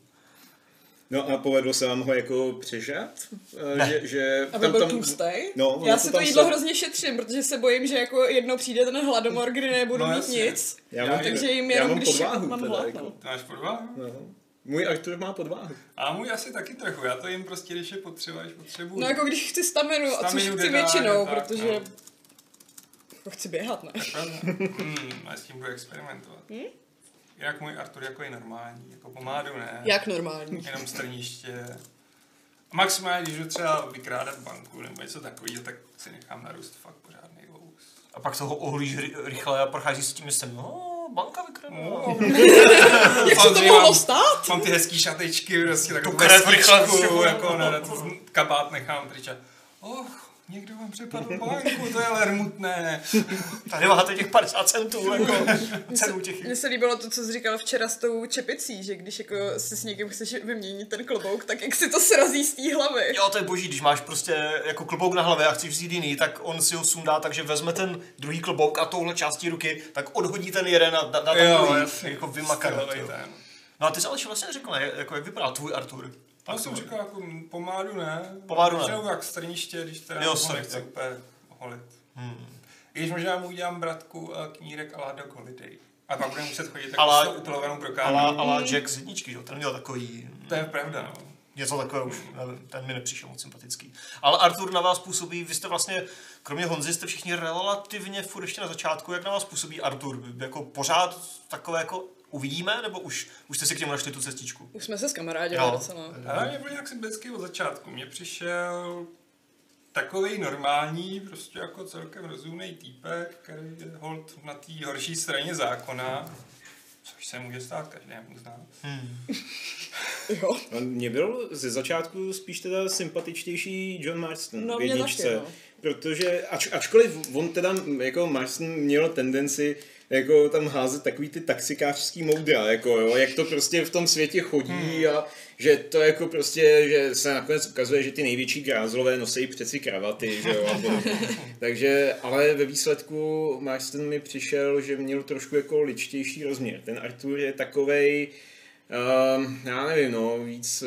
No a povedlo se vám ho jako přežat? Ne. Že, že aby byl tlustej? No, já si to jídlo se... hrozně šetřím, protože se bojím, že jako jednou přijde ten hladomor, kdy nebudu no, mít jasně. nic. Já mám, takže jim jenom, když podváhu, mám hlad. Jako. No. Ty máš podváhu? No. Můj Artur má podváhu. A můj asi taky trochu, já to jim prostě, když je potřeba, když potřebuji. No jako když chci staminu, a což chci většinou, tak, protože no. jako chci běhat, ne? hmm, a s tím budu experimentovat. Hmm? Jak můj Artur jako je normální, jako pomádu ne. Jak normální? Jenom strniště. A maximálně, když jdu třeba vykrádat banku nebo něco takového, tak si nechám narůst fakt pořádný vous. A pak toho ohlíš rychle a prochází s tím městem, no, banka vykradla. No. Jak se to mohlo stát? Mám ty hezký šatečky, prostě takovou vesničku, jako na kabát nechám pryč. Och, někdo vám přepadl banku, to je ale rmutné. Tady máte těch padesát centů, jako cenu těch. Mně se líbilo to, co jsi říkal včera s tou čepicí, že když jako si s někým chceš vyměnit ten klobouk, tak jak si to srazí z té hlavy. Jo, to je boží, když máš prostě jako klobouk na hlavě a chceš vzít jiný, tak on si ho sundá, takže vezme ten druhý klobouk a touhle částí ruky, tak odhodí ten jeden a dá, dá ten jo, druhý, jasný, jako vymakaný. No a ty jsi ale vlastně řekl, ne, jako jak vypadá tvůj Artur? Já jsem říkal, jako pomádu ne. Pomádu ne. Třeba jak strniště, když teda jo, ho nechci úplně holit. Hmm. I když možná mu udělám bratku a knírek a la Dog Holiday. A pak budeme muset chodit takovou s utulovanou brokádou. A la Jack z jedničky, jo, ten měl takový... To je pravda, no. Něco takové už, nevím, ten mi nepřišel moc sympatický. Ale Artur na vás působí, vy jste vlastně, kromě Honzy, jste všichni relativně furt ještě na začátku, jak na vás působí Artur? Jako pořád takové jako uvidíme, nebo už, už jste si k němu našli tu cestičku? Už jsme se skamarádili docela. Ale mě byl nějak sympatický od začátku. Mně přišel takovej normální, prostě jako celkem rozumný týpek, který je hold na té horší straně zákona. Což se může stát, každý uzná. Hmm. Jo. Mně byl ze začátku spíš teda sympatičtější John Marston No, v mě jedničce, taky, no. protože ač, ačkoliv on teda jako Marston měl tendenci jako tam házet takový ty taxikářský moudra, jako jo, jak to prostě v tom světě chodí hmm. a že to jako prostě, že se nakonec ukazuje, že ty největší grázlové nosí přeci kravaty, že jo, takže, ale ve výsledku Marston mi přišel, že měl trošku jako ličtější rozměr. Ten Arthur je takovej, Uh, já nevím, no, víc,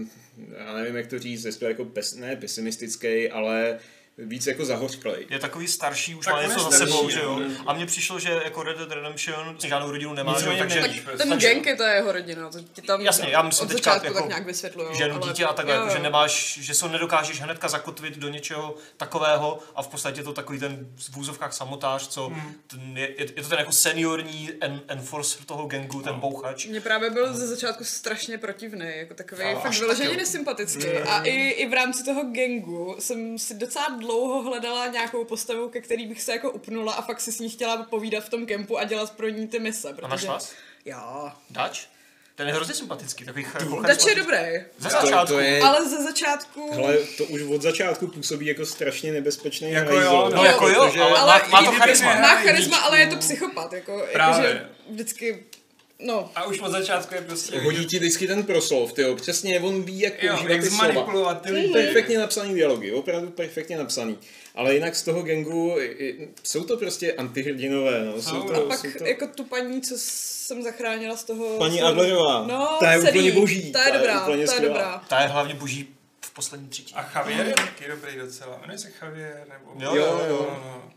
já nevím, jak to říct, jestli jako pes, ne pesimistický, ale víc jako zahořklej. Je takový starší, už tak má něco za starší, sebou, že jo. jo. A mně přišlo, že jako Red Dead Redemption žádnou rodinu nemá, že jo, Nicméně takže... nevíš, Tak ten takže- gang je to jeho rodina, to ti tam Jasně, já myslím od teďka začátku jako tak nějak vysvětlujou. ženu, ale- dítě a takhle, jo, jako, že jo. nemáš, že se nedokážeš hnedka zakotvit do něčeho takového a v podstatě je to takový ten v úzovkách samotář, co Hmm. ten, je, je, to ten jako seniorní en, enforcer toho gangu, ten bouchač. Mně právě byl ze začátku strašně protivný, jako takový A fakt až vyloženě tak jo. nesympatický. A i, i v rámci toho gangu jsem si docela dlouho hledala nějakou postavu, ke který bych se jako upnula a fakt si s ní chtěla povídat v tom kempu a dělat pro ní ty mise. Protože... A našla jsi? Jo. Dutch? Ten je hrozně sympatický, takový ch- jako Dač je charismatický. dobrý, Ze To- začátku. to je- ale ze začátku... Hele, to už od začátku působí jako strašně nebezpečný Jako hajzl. jo, no, No jako jo, protože- ale, ale má, má to i charisma. kdyby- Má hraje charisma, jedničku. ale je to psychopat, jako, Právě. jakože vždycky, no, A už od začátku je prostě... Hodí ti vždycky ten proslov, tyjo, přesně, on ví, jak Jo, používat jak ty slova. zmanipulovat ty lidi. Perfektně napsaný dialogy, opravdu perfektně napsaný. Ale jinak z toho gangu i- i- jsou to prostě antihrdinové, no. Jsou Jsou, to, a pak jsou to... jako tu paní, co jsem zachránila z toho... Paní z toho- Adlerová, no, ta je celý, úplně boží, Ta je dobrá, úplně ta je skvělá. dobrá. Ta je hlavně boží v poslední třetí. A Javier je taky dobrý docela. Jmenuje se Javier, nebo... Jo, jo, jo. No, no.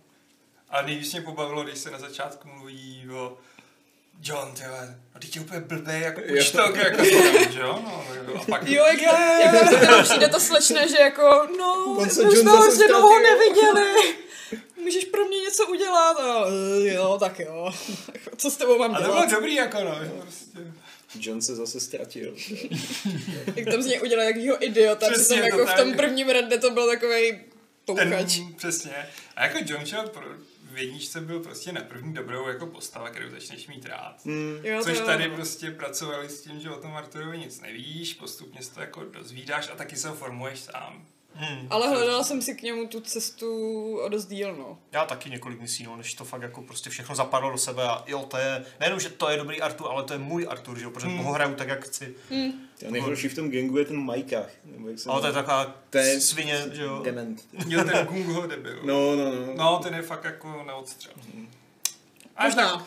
A nejvíc mě pobavilo, když se na začátku mluví o John, tyhle, no teď je úplně blbej, jako Jo. učtok, jako to, že jo, no, jo. A pak, Jo, jak, jak tam teda přijde to slečné, že jako, no, On my se jsme John ho zase hrozně dlouho ztratil. neviděli. Můžeš pro mě něco udělat? A, "Eh, jo, tak jo. Co s tebou mám a to bylo dělat? dobrý, jako no, že prostě. John se zase ztratil. Jak tam z něj udělal jakýho idiota, Přesně, přitom to jako v tom tak. prvním Redde to byl takovej Ten, pouchač. přesně. A jako John Shell pro, v jedničce byl prostě na první dobrou jako postava, kterou začneš mít rád. Hmm. Jo, Což to- tady prostě pracovali s tím, že o tom Arturovi nic nevíš, postupně se to jako dozvídáš a taky se ho formuješ sám. Hmm. Ale hledala jsem si k němu tu cestu o dost díl, no. Já taky několik misí, no, než to fakt jako prostě všechno zapadlo do sebe a jo, to je, nejenom, že to je dobrý Artur, ale to je můj Artur, že jo, protože hmm. ho hraju tak, jak chci. A nejhorší v tom gangu je ten Majka. Nebo jak se Ale to je jmenuje? taková To je svině, že jo. Dement. Jo, ten Gung ho debil. No, no, no. No, ten je fakt jako na odstřel. Až Možná.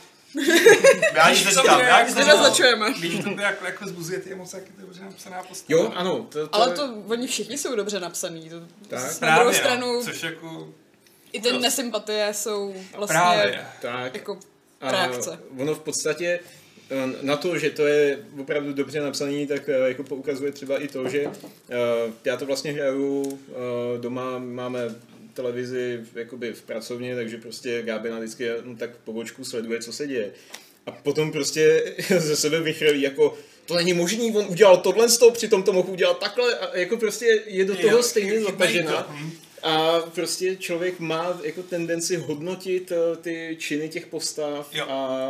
Já nic neříkám, já nic neříkám. Nenaznačujeme. Když to jako, jako zbuzuje ty emoce, jak je to dobře napsaná postava. Jo, ano. To, to Ale to, oni všichni jsou dobře napsaný. To, Tak. na Právě, druhou no, stranu což jako... i ty nesympatie jsou vlastně Právě. Tak. jako A reakce. ono v podstatě eh, na to, že to je opravdu dobře napsaný, tak eh, jako poukazuje třeba i to, že eh, já to vlastně hraju eh, doma, máme televizi v, jakoby v pracovně, takže prostě Gábina vždycky no, tak po bočku sleduje, co se děje. A potom prostě ze sebe vychrlí jako to není možný, on udělal tohle z toho, přitom to mohl udělat takhle a jako prostě je do toho Jo, stejně chybějí to. zapažená. Hm. A prostě člověk má jako tendenci hodnotit eh, ty činy těch postav Jo. a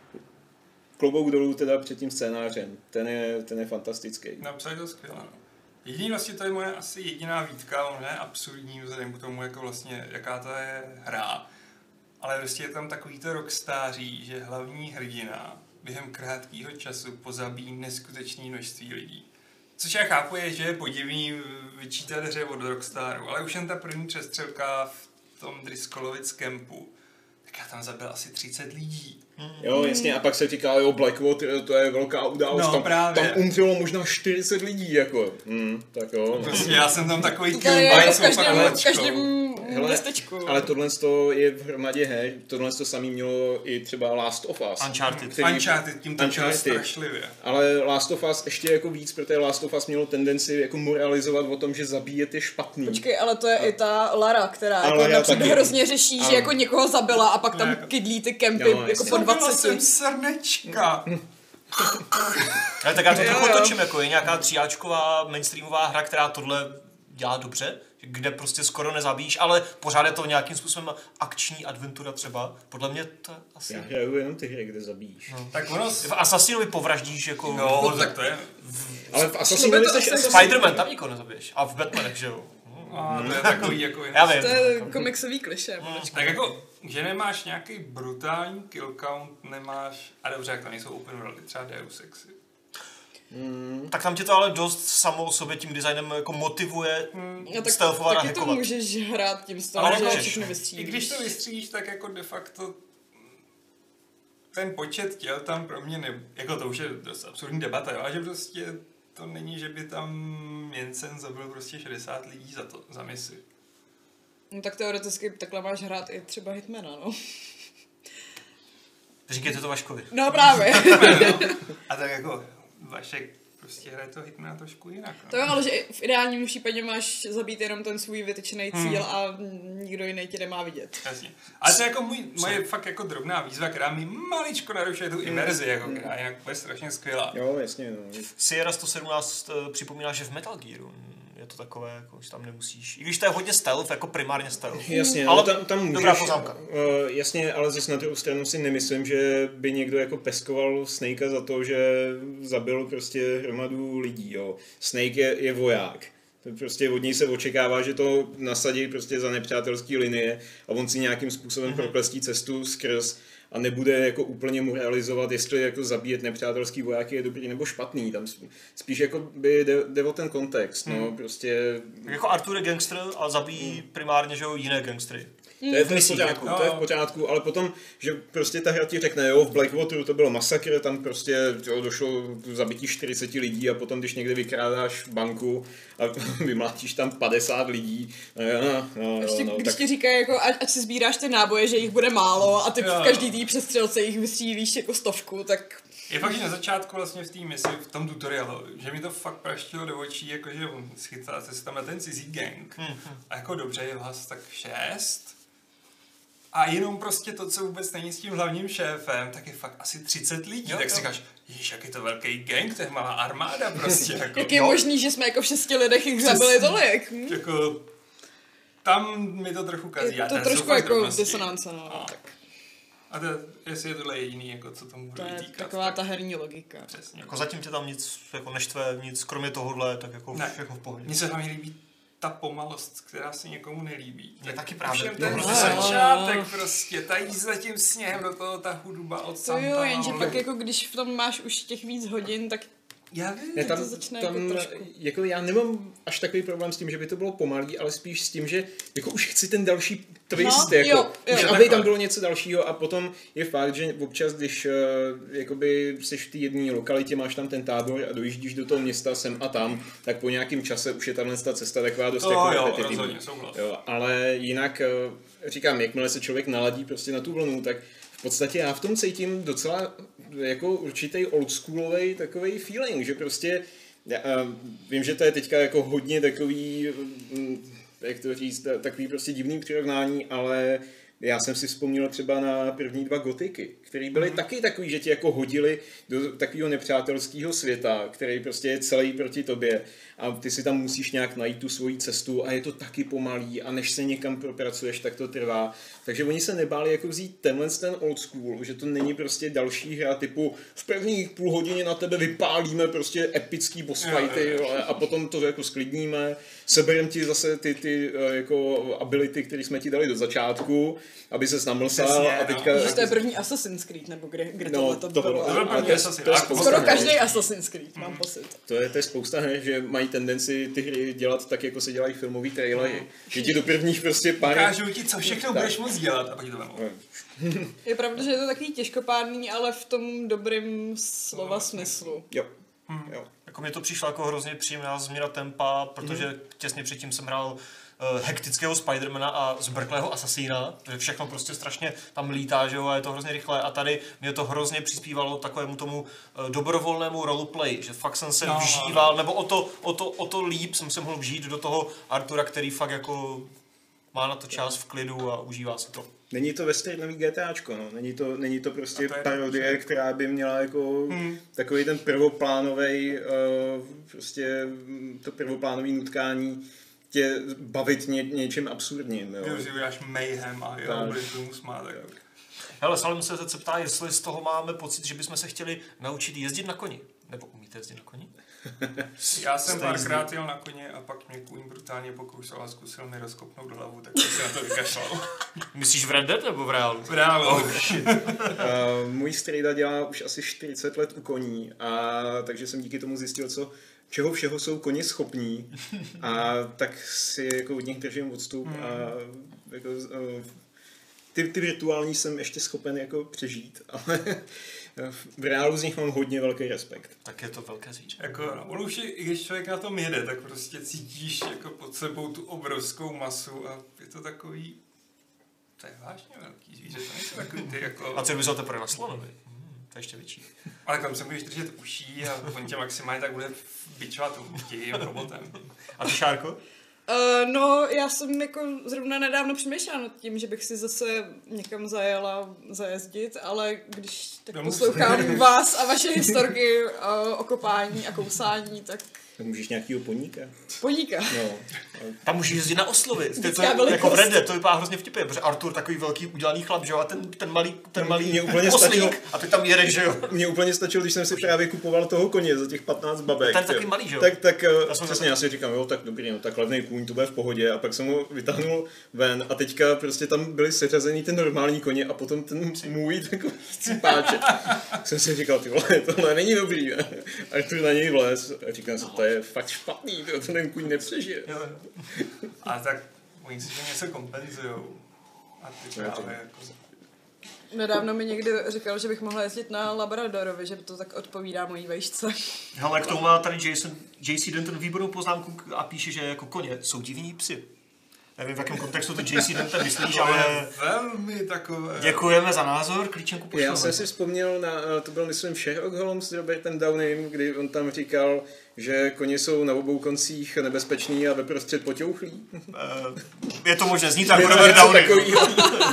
klobouk dolů teda před tím scénářem. Ten je, ten je fantastický. Napsali to skvěle, no. Jediný vlastně to je moje asi jediná výtka, on je absurdní vzhledem k tomu, jako vlastně, jaká to je hra. Ale prostě je tam takový to rockstáří, že hlavní hrdina během krátkého času pozabíjí neskutečné množství lidí. Což já chápu je, že je podivný vyčítat hře od Rockstaru, ale už jen ta první přestřelka v tom Driscollovic kempu, tak já tam zabil asi třicet lidí. Jo, jasně, a pak se říká, jo, Blackwater, to je velká událost, No, tam, právě. tam umřelo možná čtyřicet lidí, jako. Hmm, tak jo. No. Prostě já jsem tam takový To tady je killboy jako s v každém, v opakovačkou. každém Hele, městečku. Ale tohle to je v hromadě her, tohle to samý mělo i třeba Last of Us. Uncharted. který- Uncharted tím točil Uncharted. strašlivě. Ale Last of Us ještě jako víc, protože Last of Us mělo tendenci jako moralizovat o tom, že zabíjet je špatný. Počkej, ale to je i ta Lara, která A jako Lara napřed taky. hrozně řeší, Ano. že jako někoho zabila a pak tam Ne, jako- kydlí ty kempy Jo, jako jasně. po Zabila dvaceti. jsem srnečka. Ale tak já to Jo, trochu jo. točím, jako je nějaká tříáčková mainstreamová hra, která tohle dělá dobře, kde prostě skoro nezabíjíš, ale pořád je to nějakým způsobem akční adventura třeba. Podle mě to je asi... Já hraju jenom ty hry, kde zabíjíš. No. Tak ono... V Assassinovi povraždíš jako... No, tak to je... Ale v Assassinovi jsi Assassin... Spider-Man tam nikoho nezabiješ. A v Batmanech, že jo? A to je takový jako... Já vím. To je komiksový klišé. Tak jako, že nemáš nějaký brutální kill count, nemáš... A dobře, jak to nejsou open worldy, třeba Deus Exy. Hmm. Tak tam tě to ale dost samo o sobě tím designem jako motivuje hmm. no, tak, stealthovat a taky hackovat. to můžeš hrát tím z toho, Ale že jako, všechno vystřílíš. I když to vystřílíš, tak jako de facto ten počet těl tam pro mě ne... Jako to už je dost absurdní debata, jo? A že prostě to není, že by tam Jensen zabil prostě šedesát lidí za to, za misi. No tak teoreticky takhle máš hrát i třeba Hitmana, no. Říkejte to Vaškovi. No právě. A tak jako Vašek prostě hraje to Hitmana trošku jinak. No. To jo, ale že v ideálním případě máš zabít jenom ten svůj vytyčený cíl hmm. a nikdo jiný tě nemá vidět. Jasně. Ale to je jako můj, moje fakt jako drobná výzva, která mi maličko narušuje tu imerzi, jako, která je jako strašně skvělá. Jo, jasně, no. Sierra sto sedmnáct uh, připomíná, že v Metal Gearu je to takové, jako, že tam nemusíš. I když to je hodně stealth, jako primárně stealth. Jasně, ale no, tam, tam můžeš, dobrá poznámka. Uh, jasně, ale zase na druhou stranu si nemyslím, že by někdo jako peskoval Snakea za to, že zabil prostě hromadu lidí, jo. Snake je, je voják. Prostě od něj se očekává, že to nasadí prostě za nepřátelský linie a on si nějakým způsobem mm-hmm. proklestí cestu skrz a nebude jako úplně mu realizovat, jestli jako zabíjet nepřátelský vojáky je dobrý nebo špatný. Tam spíš jako by jde, jde o ten kontext, no, hmm. prostě... Jako Arthur je gangster a zabíjí hmm. primárně, že jo, jiné gangstery. To je, to, je v pořádku, to je v pořádku, ale potom, že prostě ta hra ti řekne, jo, v Blackwateru to bylo masakr, tam prostě jo, došlo k zabití čtyřicet lidí a potom, když někde vykrádáš banku a vymlátíš tam padesát lidí, no, no, no, Ještě, no, když tak... ti říkají, jako, ať, ať si sbíráš ty náboje, že jich bude málo a ty v každý tý přestřelce jich vystřílíš jako stovku, tak... Je fakt, že na začátku vlastně v té misi, v tom tutoriálu, že mi to fakt praštilo do očí, jakože schytáte se tam na ten cizí gang a jako dobře je vás tak šest a jenom prostě to, co vůbec není s tím hlavním šéfem, tak je fakt asi třicet lidí, jo, tak jo. si říkáš, ježiš, jak je to velký gang, to je malá armáda prostě. Jako, jak je no, možný, že jsme jako v šesti lidech jich zabili tolik? Hm? Jako, tam mi to trochu kazí. Je to trošku jako disonance, no. no. Tak. A to, jestli je tohle jediný, jako co tomu budu týkat. To je týkat, taková tak... ta herní logika. Přesně. Jako zatím tě tam nic jako neštve, nic kromě tohohle, tak jako ne. všechno v pohodě. Mně se hlavně líbí ta pomalost, která se někomu nelíbí. Mně taky právě. Všem ten začátek prostě, ta jízda tím sněhem do toho, ta hudba od Santa. To jo, jenže pak jako když v tom máš už těch víc hodin, tak já vím, ne, tam, to začne tam, jako trošku. Jako já nemám až takový problém s tím, že by to bylo pomalý, ale spíš s tím, že jako už chci ten další twist, no, jako, jo, jo. že aby tam bylo něco dalšího a potom je fakt, že občas, když uh, jakoby jsi v té jedné lokalitě, máš tam ten tábor a dojíždíš do toho města sem a tam, tak po nějakém čase už je tahle ta cesta taková dost to, jako jo, repetitivní. rozhodně, souhlas. Jo, ale jinak uh, říkám, jakmile se člověk naladí prostě na tu vlnu, tak v podstatě já v tom cítím docela jako určitý oldschoolový takovej feeling, že prostě já, uh, vím, že to je teďka jako hodně takový, um, jak to říct, takový prostě divný přirovnání, ale já jsem si vzpomněl třeba na první dva gotiky, které byly mm. taky takový, že tě jako hodili do takového nepřátelského světa, který prostě je celý proti tobě a ty si tam musíš nějak najít tu svoji cestu a je to taky pomalý a než se někam propracuješ, tak to trvá. Takže oni se nebáli jako vzít tenhle ten old school, že to není prostě další hra typu v prvních půl hodině na tebe vypálíme prostě epický boss fighty a potom to jako sklidníme, seberem ti zase ty, ty jako ability, které jsme ti dali do začátku, aby ses namlsal a teďka... No. To je první Assassin's Creed, nebo kde, kde no, tohle to bylo. To byl první Assassin's Creed. Skoro každý Assassin's Creed, mám pocit. To je, to je spousta her, že mají tendenci ty hry dělat tak, jako se dělají filmový trailery. Že ti do prvních prostě pár... Ukážu ti, co všechno budeš moc dělat a pak ti to vemu. Je pravda, že je to takový těžkopádný, ale v tom dobrým slova smyslu. Jo. jo. Jako mi to přišlo jako hrozně příjemná změna tempa, protože mm. těsně předtím jsem hrál uh, hektického Spidermana a zbrklého asasína, protože všechno prostě strašně tam lítá, že jo, a je to hrozně rychlé a tady mě to hrozně přispívalo takovému tomu uh, dobrovolnému roleplay, že fakt jsem se no, vžíval, nebo o to, o, to, o to líp jsem se mohl vžít do toho Artura, který fakt jako má na to čas v klidu a užívá se to. Není to westernový GTAčko, no. Není to, není to prostě to parodie, to, která by měla jako hmm. takový ten prvoplánovej, uh, prostě to prvoplánový nutkání tě bavit ně, něčím absurdním. Jo. Když uděláš mayhem a jo, budeš tomu smát. Tak. Hele, Salim se se ptá, jestli z toho máme pocit, že bychom se chtěli naučit jezdit na koni. Nebo umíte jezdit na koni? Já jsem párkrát jel na koně a pak mě kůň brutálně pokoušel a zkusil mi rozkopnout do hlavu, tak jsem se na to vykašlal. Myslíš v Red Dead nebo v reálu? V reálu. Oh, shit. uh, můj strejda dělá už asi čtyřicet let u koní, a takže jsem díky tomu zjistil, co čeho všeho jsou koně schopní, a tak si jako od nich držím odstup a jako, uh, ty, ty virtuální jsem ještě schopen jako přežít, ale v reálu z nich mám hodně velký respekt. Tak je to velké zvíře. Jako, no, on už je, i když člověk na tom jede, tak prostě cítíš jako pod sebou tu obrovskou masu a je to takový, to je vážně velký zvíře, to nejsou takový ty jako... A co bys ho teprve na slonovi? Hmm, to je ještě větší. Ale tam se budeš držet uší a on tě maximálně tak bude bičovat tím robotem. A ty, Šárko? Uh, no, já jsem jako zrovna nedávno přemýšlela nad tím, že bych si zase někam zajela zajezdit, ale když tak Domů poslouchám vás a vaše historky uh, o kopání a kousání, tak Tak můžeš nějakýho poníka. poníka. No. Tam můžeš jezdit na oslovy. To, to Dětská je, velikost. jako v Red Dead, to vypadá hrozně vtipně, protože Artur takový velký udělaný chlap, že jo, a ten, ten malý, ten malý Mě úplně oslík, stačilo- a ty tam jedeš, že jo. Mně úplně stačilo, když jsem si právě kupoval toho koně za těch patnáct babek. Ten takový malý, že jo? Tak, tak Já jsem přesně, to- já si říkám, jo, tak dobrý, no, tak levný kůň, to bude v pohodě, a pak jsem ho vytáhnul ven a teďka prostě tam byly seřazený ten normální koně a potom ten můj takový cipáček. Jsem si říkal, ty vole, tohle není dobrý. Artur na něj vlez a říkám si, to je fakt špatný, to ten kůň nepřežije. Jo, jo. A tak oni si to něco kompenzujou. A ty právě jako... Nedávno mi někdo říkal, že bych mohla jezdit na Labradorovi, že to tak odpovídá mojí vejšce. Hele, k tomu má tady Jason, J C Denton výbornou poznámku a píše, že jako koně jsou divní psy. Nevím, v jakém kontextu to J C Denton myslíš, To ale je velmi takové... děkujeme za názor, klíčenku Já pošleme. jsem si vzpomněl na, to byl myslím Sherlock Holmes s Robertem Downeym, kdy on tam říkal, že koně jsou na obou koncích nebezpeční a veprostřed poťouchlí. Uh, je to možné, zní tak Je to Robert něco Downey. takovýho.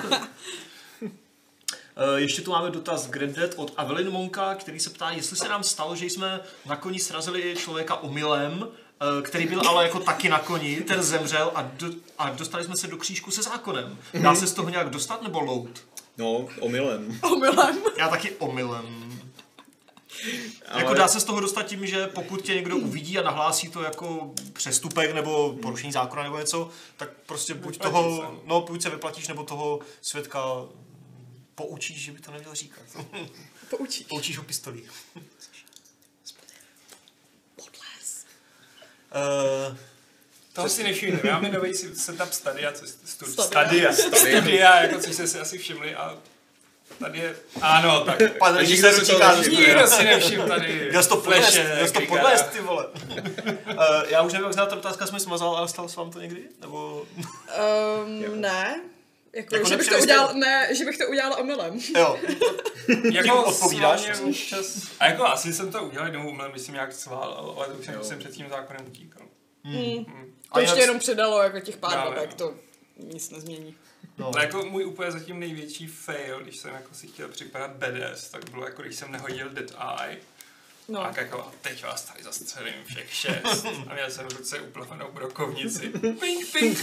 Uh, ještě tu máme dotaz k Red Dead od Avelin Monka, který se ptá, jestli se nám stalo, že jsme na koni srazili člověka omylem, uh, který byl ale jako taky na koni, ten zemřel a, do, a dostali jsme se do křížku se zákonem. Dá se z toho nějak dostat nebo load? No, omylem. Omylem. Já taky omylem. Ale- Jako dá se z toho dostat tím, že pokud tě někdo uvidí a nahlásí to jako přestupek nebo porušení zákona nebo něco, tak prostě buď Vyplatíš toho, se. no buď se vyplatíš, nebo toho svědka poučíš, že by to neměl říkat. Poučíš. Poučíš ho pistolí. Podles. Uh, Toho si nevšimli. Máme nový setup Stadia, co stu, Stadia. Stadia, Stadia, jako což jste si asi všimli a tady je, ano, tak. Pan A režisér nikdo si to říká, nevšiml. že Nikdo si nevšiml tady. Měl jsi to podlést, flashe, měl jsi to krikára. podlést, ty vole. Uh, já už nevím, jak zná ta otázka, jsme smazal, ale stalo se vám to někdy? Nebo... Um, ne. Jako, Jako že bych to nepřijeli udělal, jste- ne, že bych to udělala omylem. Jo. Jako odpovídáš? s vámi občas. A jako asi jsem to udělal jednou, umlel, myslím nějak svál, ale to už jsem, jsem před tím zákonem utíkal. Hmm. Hmm. To ještě jenom přidalo jako těch pár Právě, babek, no. to nic nezmění. No. Ale jako můj úplně zatím největší fail, když jsem jako si chtěl připadat badass, tak bylo jako když jsem nehodil Dead Eye. No. A jako a teď vás tady zastřelím všech šest. A měl jsem v ruce uplavenou brokovnici. Pink, pink.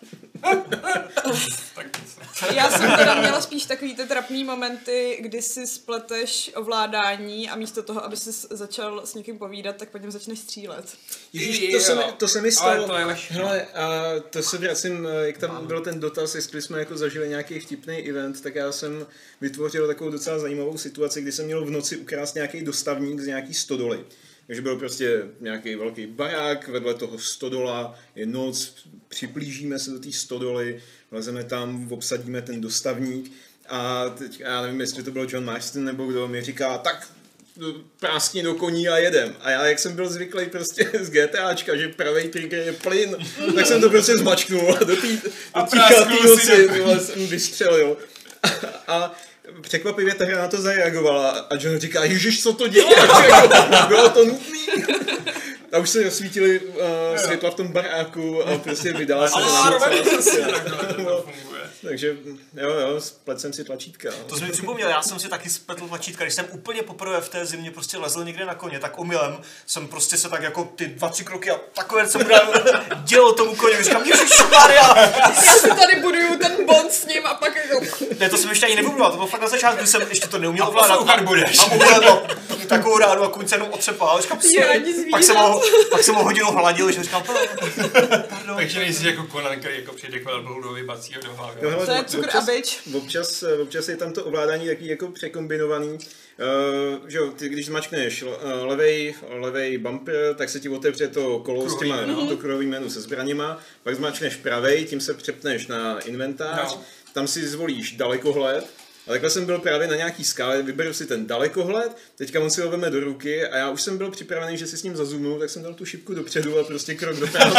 Tak jsem. Já jsem teda měla spíš takový ty trapný momenty, kdy si spleteš ovládání a místo toho, aby si začal s někým povídat, tak po něm začneš střílet. Ježíš, to se, mi, to se mi stalo. Ale to je lehčí. Hele, a to se vracím, jak tam byl ten dotaz, jestli jsme jako zažili nějaký vtipný event, tak já jsem vytvořil takovou docela zajímavou situaci, kdy jsem měl v noci ukrást nějaký dostavník z nějaký stodoly. Takže byl prostě nějaký velký barák, vedle toho stodola, je noc, připlížíme se do té stodoly, vlezeme tam, obsadíme ten dostavník a teď, já nevím, jestli to byl John Marston nebo kdo, mi říká, tak práskni do koní a jedem. A já, jak jsem byl zvyklý prostě z GTAčka, že pravej trigger je plyn, tak jsem to prostě zmačknul a do té A tichá prásknul si noci do koní. tyhle jsem vystřelil. A, a překvapivě ta hra na to zareagovala a John říká, ježiš, co to děláš? Bylo to nutný. A už se rozsvítily uh, světla v tom baráku a prostě vydala se Alarm! na noc. Takhle to funguje. Takže jo, jo, splet jsem si tlačítka. To jsi mi připomněl, já jsem si taky spletl tlačítka, když jsem úplně poprvé v té zimě prostě lezl někde na koně, tak omylem jsem prostě se tak jako ty dva, tři kroky a takové jsem dělal tomu koně, říkám, ježišmarja. Já si tady buduju ten bond s ním a pak jako... Ne, to jsem ještě ani nebudoval, to bylo fakt na začátku, když jsem ještě to neuměl ovládat. A budeš. A omylem takovou ránu a konce se jenom otřepal, říkám, pak jsem ho, pak jsem ho hodinu hladil, že říkám, pardon. Takže nejsi jako Conan, který jako přijde k velbloudu do vybacího do hlavy. No, hele, To je ob- cukr občas- a bič. Občas, občas je tam to ovládání taky jako překombinovaný. Uh, že jo, ty když zmačkneš uh, levej, levej bumper, tak se ti otevře to kolo s těma, Kruhový, to kruhový menu se zbraněma, pak zmačkneš pravej, tím se přepneš na inventář, No. tam si zvolíš dalekohled. A takhle jsem byl právě na nějaký skále, vyberu si ten dalekohled, teďka on si ho veme do ruky a já už jsem byl připravený, že si s ním zazumnu, tak jsem dal tu šipku dopředu a prostě krok doprava.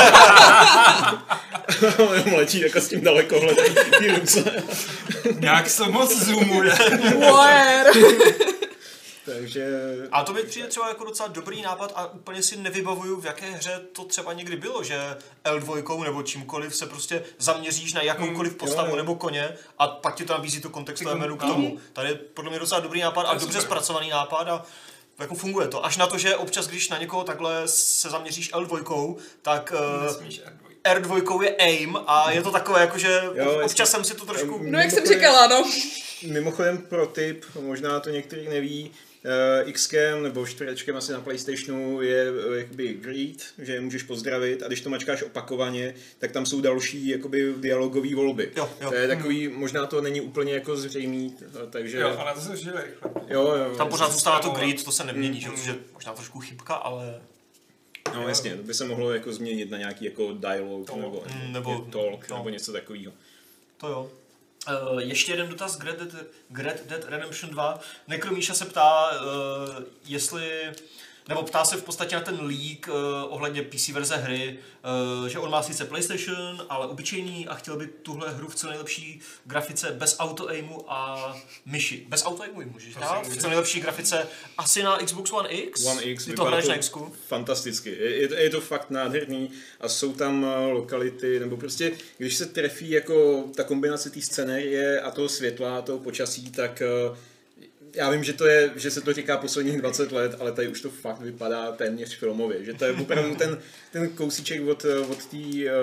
A on letí jako s tím dalekohledem v té ruce. Nějak se moc zoomuje. Wire. Takže... A to mi přijde třeba jako docela dobrý nápad a úplně si nevybavuju, v jaké hře to třeba někdy bylo, že el dva nebo čímkoliv se prostě zaměříš na jakoukoliv postavu jo, jo. nebo koně a pak ti to nabízí to kontextové menu k no. tomu. Tady je podle mě docela dobrý nápad a je dobře super. zpracovaný nápad a jako funguje to. Až na to, že občas, když na někoho takhle se zaměříš el dva, tak uh, Nesmíš er dva. er dva je aim a je to takové jako, že Jo, občas jasně. jsem si to trošku... No jak jsem Mimochodem- říkala, no. Mimochodem pro tip, možná to některý neví, uh, Xkem nebo čtverečkem asi na PlayStationu je uh, jakoby greet, že je můžeš pozdravit a když to mačkáš opakovaně, tak tam jsou další jakoby dialogové volby. Jo, jo. To je takový, možná to není úplně jako zřejmý, takže... Jo, a na to se žili rychle. jo, jo, Tam pořád zůstává to Zprávovat. grid, to se nemění, Mm. že? Což je možná trošku chybka, ale... no jasně, to by se mohlo jako změnit na nějaký jako dialog Talk. nebo, Mm, nebo- talk no. nebo něco takového. To jo. Uh, ještě jeden dotaz k Red Dead, k Red Dead Redemption dva. Nekromíša se ptá, uh, jestli, nebo ptá se v podstatě na ten leak uh, ohledně P C verze hry, uh, že on má sice PlayStation, ale obyčejný a chtěl by tuhle hru v co nejlepší grafice bez auto-aimu a myši. Bez auto-aimu ji můžeš dát? V co nejlepší grafice asi na Xbox One X? One X, Ty to vypadá hraješ to na Xku? fantasticky. Je, je, to, je to fakt nádherný a jsou tam uh, lokality, nebo prostě, když se trefí jako ta kombinace té scenérie a toho světla a toho počasí, tak uh, já vím, že, to je, že se to říká posledních dvacet let, ale tady už to fakt vypadá téměř filmově. Že to je opravdu ten, ten kousíček od, od té uh,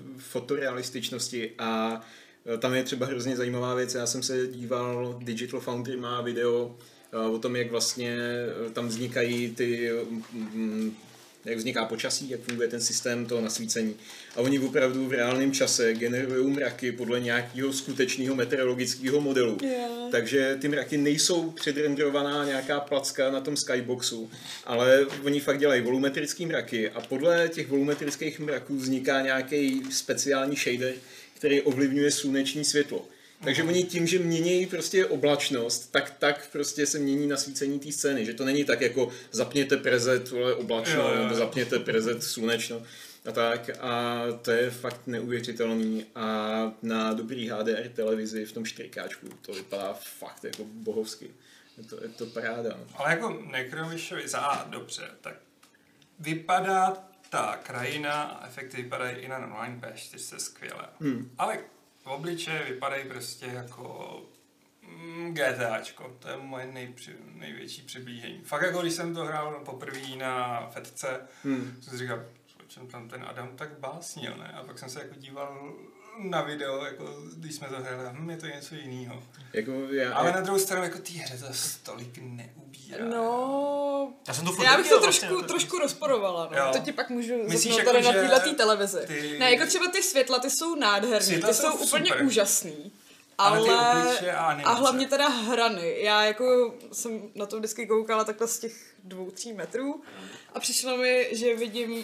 fotorealističnosti a uh, tam je třeba hrozně zajímavá věc. Já jsem se díval, Digital Foundry má video uh, o tom, jak vlastně uh, tam vznikají ty... Um, jak vzniká počasí, jak funguje ten systém toho nasvícení. A oni opravdu v reálném čase generují mraky podle nějakého skutečného meteorologického modelu. Yeah. Takže ty mraky nejsou předrenderovaná nějaká placka na tom skyboxu, ale oni fakt dělají volumetrické mraky a podle těch volumetrických mraků vzniká nějaký speciální shader, který ovlivňuje sluneční světlo. Takže oni tím, že mění prostě oblačnost, tak tak prostě se mění nasvícení té scény, že to není tak jako zapněte prezet vole, oblačno, Jo, jo, jo. nebo zapněte prezet slunečno a tak a to je fakt neuvěřitelný a na dobrý H D R televizi v tom čtyřikáčku to vypadá fakt jako bohovsky. Je to, je to paráda. Ale jako Necromishovi za A dobře, tak vypadá ta krajina a efekty vypadají i na online P čtyři skvěle. Hmm. Ale obličeje vypadají prostě jako mm, GTAčko. To je moje nejpři, největší přiblížení. Fakt jako když jsem to hrál poprvé na Fetce, Hmm. jsem si říkal, o čem tam ten Adam tak básnil, ne? A pak jsem se jako díval na video, jako když jsme to hráli, hm, je to něco jiného. Jako já, Ale na druhou stranu jako té hře to tolik neubírá. No, Já jsem to furt já bych to neviděl trošku, vlastně, trošku rozporovala, no. Jo. To ti pak můžu Myslíš zapnout jako, tady na že této televizi. ty- Ne, jako třeba ty světla, ty jsou nádherný, Světla ty jsou jsou úplně super. úžasný. Ale Ale, ty obličeje a animace. a hlavně teda hrany. Já jako jsem na to vždycky koukala takhle z těch dvou, tří metrů a přišlo mi, že vidím,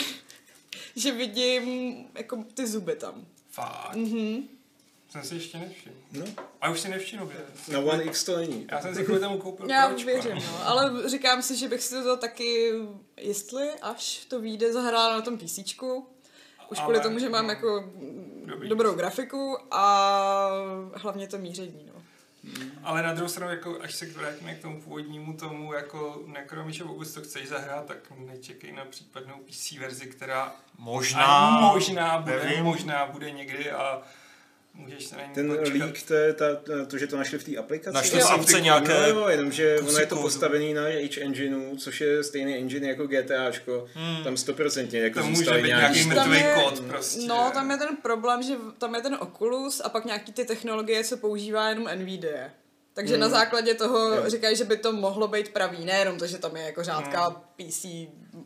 že vidím jako ty zuby tam. Fakt. Mhm. Jsem si ještě nevšiml. no, A už si nevšiml, že? na One X to není. Já jsem si kvůli tomu koupil Já pročko, věřím, no. no. Ale říkám si, že bych si to taky, jestli až to vyjde, zahrála na tom PCčku. Už kvůli Ale, tomu, že mám no, jako dobrý. dobrou grafiku a hlavně to míření, no. Ale na druhou stranu, jako, až se vrátíme k tomu původnímu tomu, jako Necromishe, pokud to chceš zahrát, tak nečekej na případnou P C verzi, která Možná, ani možná bude, nevím. možná bude někdy a můžeš se na ní Ten počkat. leak, to je ta, to, že to našli v té aplikaci. Našli Jo. v apce nějaké... No jo, jenomže ono je to kódu. postavený na Rage Engineu, což je stejný engine jako GTAčko. Hmm. Tam stoprocentně jako To může zůstali být nějaký... nějaký Tam mrtvý je- kód prostě. No, tam je ten problém, že tam je ten Oculus a pak nějaký ty technologie, co používá jenom Nvidia. Takže Hmm. na základě toho Jo. říkají, že by to mohlo být pravý, nejenom to, že tam je jako řádka P C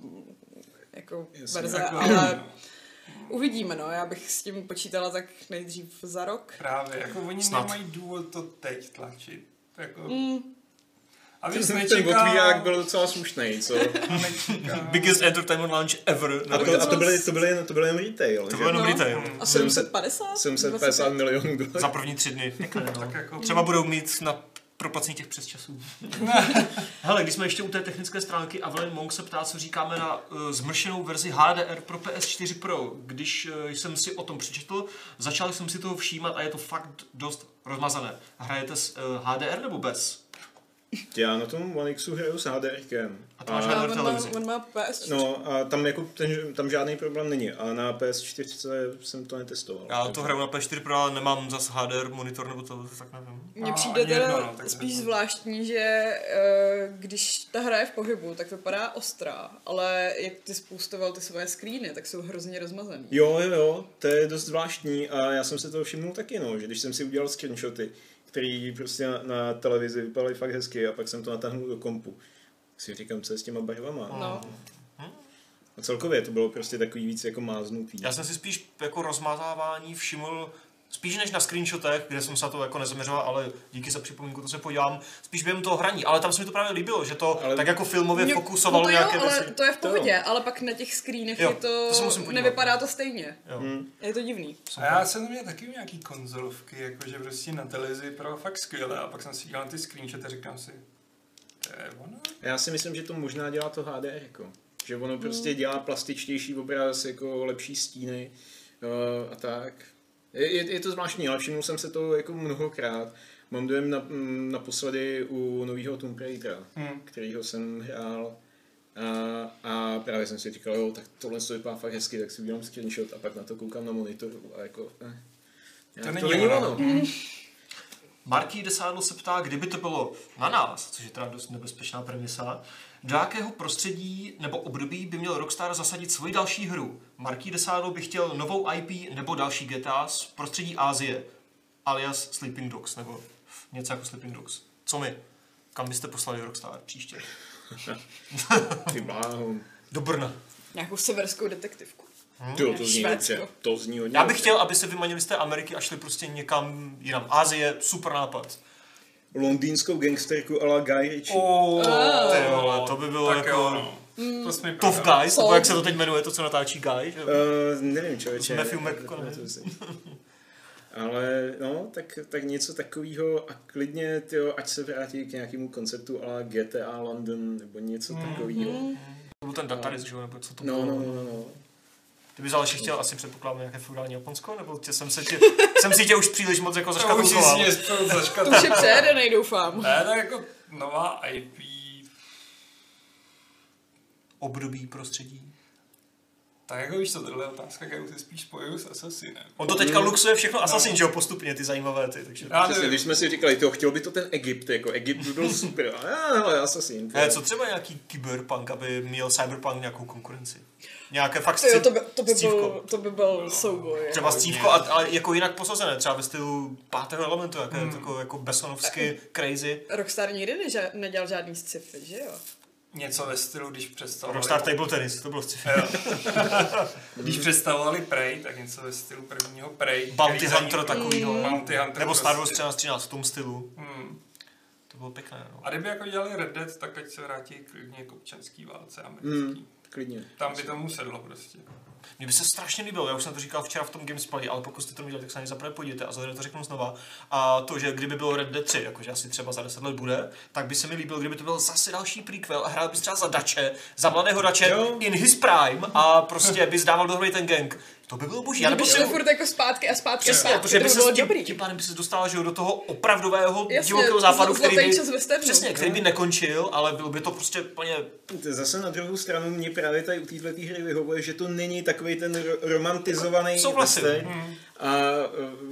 jako Jasně, verze, jako- ale uvidíme, no. Já bych s tím počítala tak nejdřív za rok. Právě, jako oni Snad. nemají důvod to teď tlačit. Jako, Mm. a Ten, víc ten nečeká, otvírák byl docela slušný, co? nečeká. Biggest entertainment launch ever. A to, a to, byly, to, byly, jen, to byl jen retail, To že? bylo jenom No. retail. A sedm set padesát? sedm set padesát milionů Za dolarů. první tři dny. Pěkné, no. Tak jako- Třeba budou mít na proplacení těch přesčasů. Hele, když jsme ještě u té technické stránky, Avalon Monk se ptá, co říkáme na uh, zmršenou verzi H D R pro P S čtyři Pro. Když uh, jsem si o tom přečetl, začal jsem si toho všímat a je to fakt dost rozmazané. Hrajete s uh, H D R nebo bez? Já na tom One Xu hraju s HDRkem. A to máš A na on má, televizi. on má P S čtyři. No a tam, jako ten, tam žádný problém není. A na P S čtyři jsem to netestoval. Já to hraju na P S čtyři Pro, ale nemám zase H D R monitor nebo to, tak nevím. Mně A přijde ani teda jedno, no, tak spíš to- zvláštní, že eh, když ta hra je v pohybu, tak vypadá ostrá, ale jak ty spoustoval ty svoje screeny, tak jsou hrozně rozmazaný. Jo, jo, jo, to je dost zvláštní a já jsem se toho všimnul taky, no, že když jsem si udělal screenshoty, který prostě na, na televizi vypadaly fakt hezky a pak jsem to natáhnul do kompu, tak si říkám, co je s těma barvama. No. A celkově to bylo prostě takový víc jako máznutý. Já jsem si spíš jako rozmazávání všiml spíš než na screenshotech, kde jsem se na to jako nezaměřoval, ale díky za připomínku, to se podívám, spíš během toho hraní, ale tam se mi to právě líbilo, že to Ale- ale tak jako filmově Mě- fokusovalo no to nějaké jo, ale věci. to je v To pohodě, jo. ale pak na těch screenech Jo, je to, to se musím podívat. nevypadá to stejně. Jo. Hmm. Je to divný. A já jsem měl taky nějaký konzolovky, jakože prostě na televizi vypadalo fakt skvěle a pak jsem si dělal ty screenshoty a říkám si, to je ono? Já si myslím, že to možná dělá to H D R, jako. Že ono prostě dělá plastičtější obraz, jako lepší stíny uh, a tak. Je, je, je to zvláštní, ale všimnul jsem se to jako mnohokrát. Mám dojem na, mm, naposledy u nového Tomb Raidera, Hmm. kterýho jsem hrál. A, a právě jsem si říkal, jo, tak tohle to vypadá fakt hezky, tak si udělám screenshot a pak na to koukám na monitoru a jako... Eh, nějak To není ono. Marky Desádlo se ptá, kdyby to bylo na nás, což je teda dost nebezpečná premisa, do jakého prostředí nebo období by měl Rockstar zasadit svoji další hru. Marky Desádlo by chtěl novou I P nebo další G T A z prostředí Asie, alias Sleeping Dogs, nebo něco jako Sleeping Dogs. Co my? Kam byste poslali Rockstar příště? Ty bláho. Do Brna. Nějakou severskou detektivku. To, to zní Švédsko. dobře. To zní hodně Já bych dobře. chtěl, aby se vymanili z té Ameriky a šli prostě někam jinam. Asie, super nápad. Londýnskou gangsterku a la Guy Ritchie. Oh, Ty vole, to by bylo tak jako jo, no. To jsi mi Tough prodal. Guys, nebo jak se to teď jmenuje, to, co natáčí Guy. Že? Uh, nevím, člověče. Matthew Ne- McConaughey. ne- ne- ne- Ale no, tak, tak něco takového a klidně, tyjo, ať se vrátí k nějakému konceptu a la G T A London nebo něco Mhm. takového. To byl ten Dataris, že jo, nebo co to No, bylo. no, no, no, no. Ty bys ale ještě chtěl asi předpokládat nějaké feudální Japonsko, nebo tě, jsem, se tě, jsem si tě už příliš moc jako To už zaškatulkoval. jsi mě To zaškatulkoval. už je přejedenej, doufám. Ne, tak jako nová I P, Období, prostředí. tak jako víš co, tohle je otázka, kterou si spíš spojuju s Assassinem. On to teďka luxuje všechno Assassin, že jo, postupně, ty zajímavé ty, takže... Já Přesně, nevím. když jsme si říkali, to chtěl by to ten Egypt, jako Egypt by byl super. A já, hele, Assassin. Ne, co třeba nějaký cyberpunk, aby měl cyberpunk nějakou konkurenci? Nějaké fakt To, jo, to, by, scip- to, by scívko. byl, to by byl souboj. Třeba scívko, a, ale jako jinak posazené, třeba ve stylu pátého elementu, jaké Hmm. je takové jako besonovsky crazy. Rockstar nikdy neža- nedělal žádný sci-fi, že jo? Něco ve stylu, když představovali... Rockstar Table Tennis, to bylo v sci-fi. Jo. Když představovali Prey, tak něco ve stylu prvního Prey. Bounty který za ním- Hunter takovýho. Bounty Hunter. Nebo Star Wars prostě. třináct třináct v tom stylu. Hmm. To bylo pěkné, no. A kdyby jako dělali Red Dead, tak ať se vrátí klidně k občanský válce americký. Hmm, klidně. Tam by tomu sedlo prostě. Mně by se strašně líbilo, já už jsem to říkal včera v tom Gamesplay, ale pokud jste to viděli, tak se na ně zaprvé podívejte a zároveň to řeknu znova. A to, že kdyby bylo Red Dead tři, jakože asi třeba za deset let bude, tak by se mi líbilo, kdyby to byl zase další prequel a hrál bys třeba za Dače, za mladého Dače Jo. in his prime a prostě bys dával dohromady ten gang. To by bylo boží. Já Kdyby šli nepotřebuji... furt jako zpátky a zpátky a Přesně, zpátky, protože to by by se bylo s tím, dobrý. tím pádem by se dostala že jo, do toho opravdového Jasně, divokého západu, z- který zlatý by, čas westernu. přesně, který by nekončil, ale byl by to prostě plně Zase na druhou stranu mě právě tady u této hry vyhovuje, že to není takový ten ro- romantizovaný Souhlasím. western. Hmm. A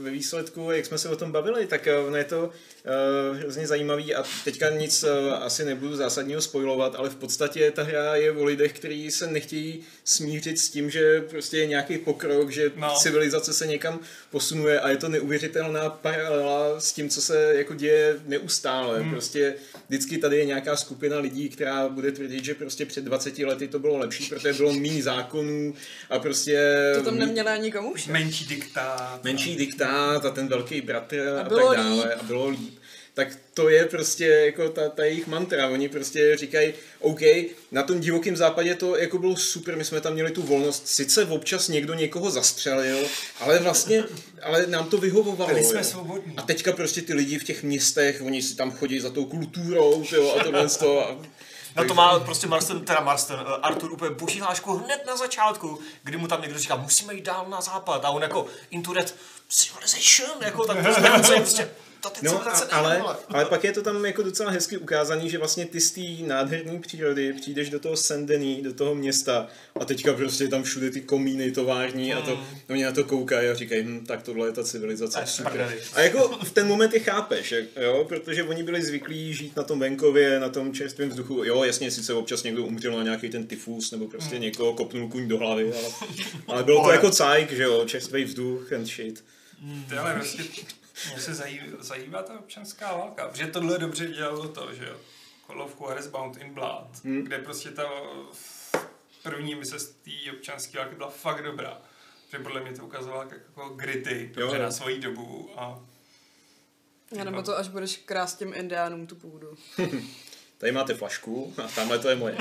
ve výsledku, jak jsme se o tom bavili, tak ono je to uh, hrozně zajímavý a teďka nic uh, asi nebudu zásadního spoilovat, ale v podstatě ta hra je o lidech, kteří se nechtějí smířit s tím, že prostě je nějaký pokrok, že no. civilizace se někam posunuje a je to neuvěřitelná paralela s tím, co se jako děje neustále. Hmm. Prostě vždycky tady je nějaká skupina lidí, která bude tvrdit, že prostě před dvaceti lety to bylo lepší, protože bylo méně zákonů a prostě... To tam neměla nikomu však. Menší diktát. Menší diktát a ten velký bratr a, A a bylo tak dále. líp. A bylo líp. Tak to je prostě jako ta, ta jejich mantra. Oni prostě říkají, OK, na tom divokém západě to jako bylo super, my jsme tam měli tu volnost. Sice občas někdo někoho zastřelil, ale vlastně, ale nám to vyhovovalo. Byli jsme jo. svobodní. A teďka prostě ty lidi v těch městech, oni si tam chodí za tou kulturou, jo, a tohle z toho. A... Na to má prostě Marston, teda Marston, uh, Arthur úplně boží hlášku hned na začátku, kdy mu tam někdo říká, musíme jít dál na západ a on jako into that civilization, jako tak prostě, prostě to ty No, civilizace a, ale, nemohla. ale pak je to tam jako docela hezky ukázaný, že vlastně ty z té nádherné přírody přijdeš do toho Saint-Denis, do toho města a teďka prostě tam všude ty komíny tovární a to, Mm. oni na to koukají a říkají, hm, tak tohle je ta civilizace, A super. prdeli. A jako v ten moment je chápeš, jak- jo, protože oni byli zvyklí žít na tom venkově, na tom čerstvém vzduchu, jo, jasně, sice občas někdo umřel na nějaký ten tyfus, nebo prostě Mm. někoho kopnul kuň do hlavy, ale, ale bylo to Pohoda. jako cajk, že jo, čerstvý vzduch and shit. Ty ale prostě mě se zají, zajímá ta občanská válka, protože tohle dobře dělalo to, že jo. Call of Juarez Bound in Blood, Hmm. kde prostě ta první mise z té občanské války byla fakt dobrá. Že podle mě to ukazovalo jako, jako gritty, Jo, dobře jo. na svoji dobu a Já nebo to až budeš krást těm indiánům tu půdu. Tady máte flašku a tamhle to je moje.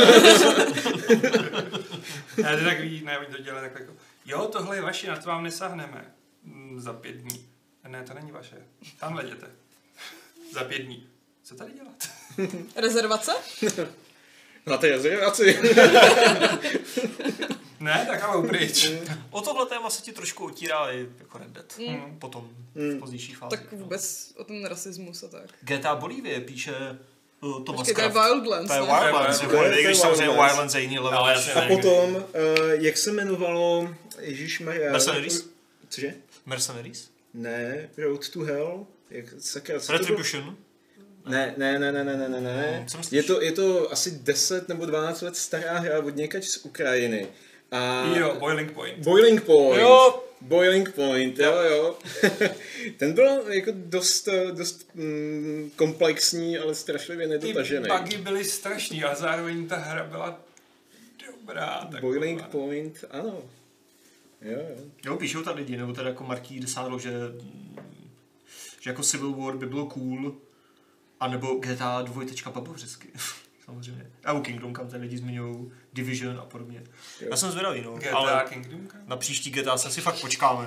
ne, to takový, ne, oni to dělali tak jako, jo, tohle je vaše, na to vám nesáhneme mm, za pět dní. Ne, to není vaše, tamhle jděte. za pět dní. Co tady dělat? Rezervace? Máte rezervaci? ne, tak ale upryč. O tohle téma se ti trošku otírá i jako Red Dead. Mm. Potom Mm. v pozdějších fázích. Tak vůbec o ten rasismus a tak. G T A Bolívie píše uh, Thomas Počkej, to je Kraft. Wildlands, To je ne? Wildlands, To je jako, Wildlands. i když To je samozřejmě Wildlands. Wildlands je jiný level. Ale než- jasně, A potom, uh, jak se jmenovalo, ježišmarja... Mercenaries? Cože? Mercenaries? Ne, Road to Hell? Jak, sakra, co to bylo? Retribution? Ne, ne, ne, ne, ne, ne, ne, ne. Hmm, co myslíš? Je to, je to asi deset nebo dvanáct let stará hra od někač z Ukrajiny. A Jo, Boiling Point. Boiling Point. Jo. Boiling Point, jo, jo. Ten byl jako dost, dost mm, komplexní, ale strašlivě Ty nedotažený. bugy byly strašný, ale zároveň ta hra byla dobrá. Taková. Boiling Point, ano. Jo, jo. Jo, píšou tam lidi, nebo teda jako Marký dosáhlo, že, že jako Civil War by bylo cool, anebo G T A dva babovřesky. Samozřejmě. A u Kingdom, kam ten lidi zmiňují, Division a podobně. Jo. Já jsem zvědavý, no. G T A Ale Kingdom Come? na příští G T A se si fakt počkáme.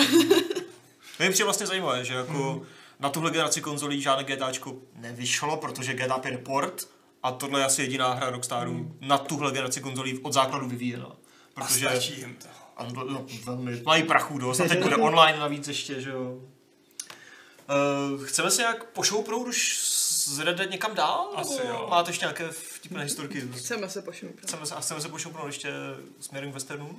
To je přijde vlastně zajímavé, že jako Hmm. na tuhle generaci konzolí žádné GTAčko nevyšlo, protože G T A pět je port a tohle je asi jediná hra Rockstarů Hmm. na tuhle generaci konzolí od základu vyvíjená. A Protože stačí jim to. a no, velmi, mají prachu dost a teď bude online navíc ještě, že jo. Uh, chceme se nějak pošoupnout už z Red Dead někam dál? Asi nebo jo. máte ještě nějaké vtipné historky? Chceme se pošoupnout. Chceme se, a chceme se pošoupnout ještě směrem k westernům?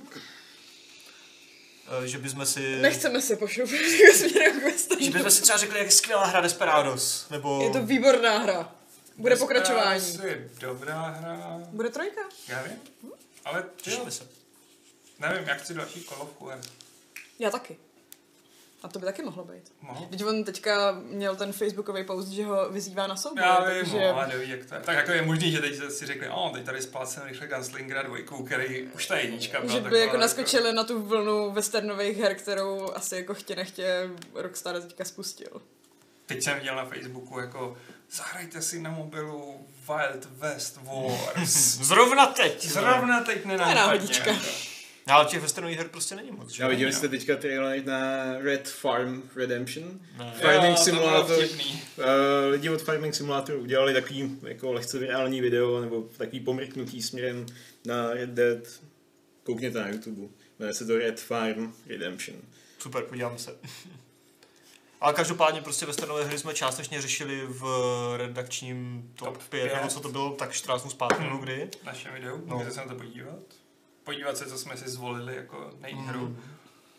Uh, že bychom si... Nechceme se pošoupnout jako směrem k Že Westernu. bychom si třeba řekli, jak je skvělá hra Desperados, nebo... Je to výborná hra. Bude pokračování. To je dobrá hra. Bude trojka. Já vím. Ale ty jo, Těšíme se. nevím, jak chci další Call of Juarez. Já taky. A to by taky mohlo být. Mohl? Teď on teďka měl ten facebookový post, že ho vyzývá na souboj, Já vím, takže... no, ale neví, jak to je. Tak jako je možný, že teď si řekli, o, teď tady splácem rychle Gunslingera dvojku, který už ta jednička byla Že by taková, jako naskočili na tu vlnu westernových her, kterou asi jako chtě nechtě Rockstar teďka spustil. Teď jsem viděl na Facebooku jako, zahrajte si na mobilu Wild West Wars. Zrovna teď! Zrovna teď nenápadně. náhodička. jako. No, ale těch westernových her prostě není moc. že? A viděli jste teďka trailer na Red Farm Redemption? Ne. Farming Jo, to bylo Simulator. vtipný. Uh, lidi od Farming Simulatoru udělali takový jako lehce virální video nebo takový pomrknutí směrem na Red Dead. Koukněte na YouTube. Jmenuje se to Red Farm Redemption. Super, podíváme se. Ale každopádně prostě westernové hry jsme částečně řešili v redakčním top Top pět, nebo pět. co to bylo, tak čtrnáct dnů zpátky, nebo kdy. V našem videu, No. můžete se na to podívat. Podívat se, co jsme si zvolili jako nejhru. Mm.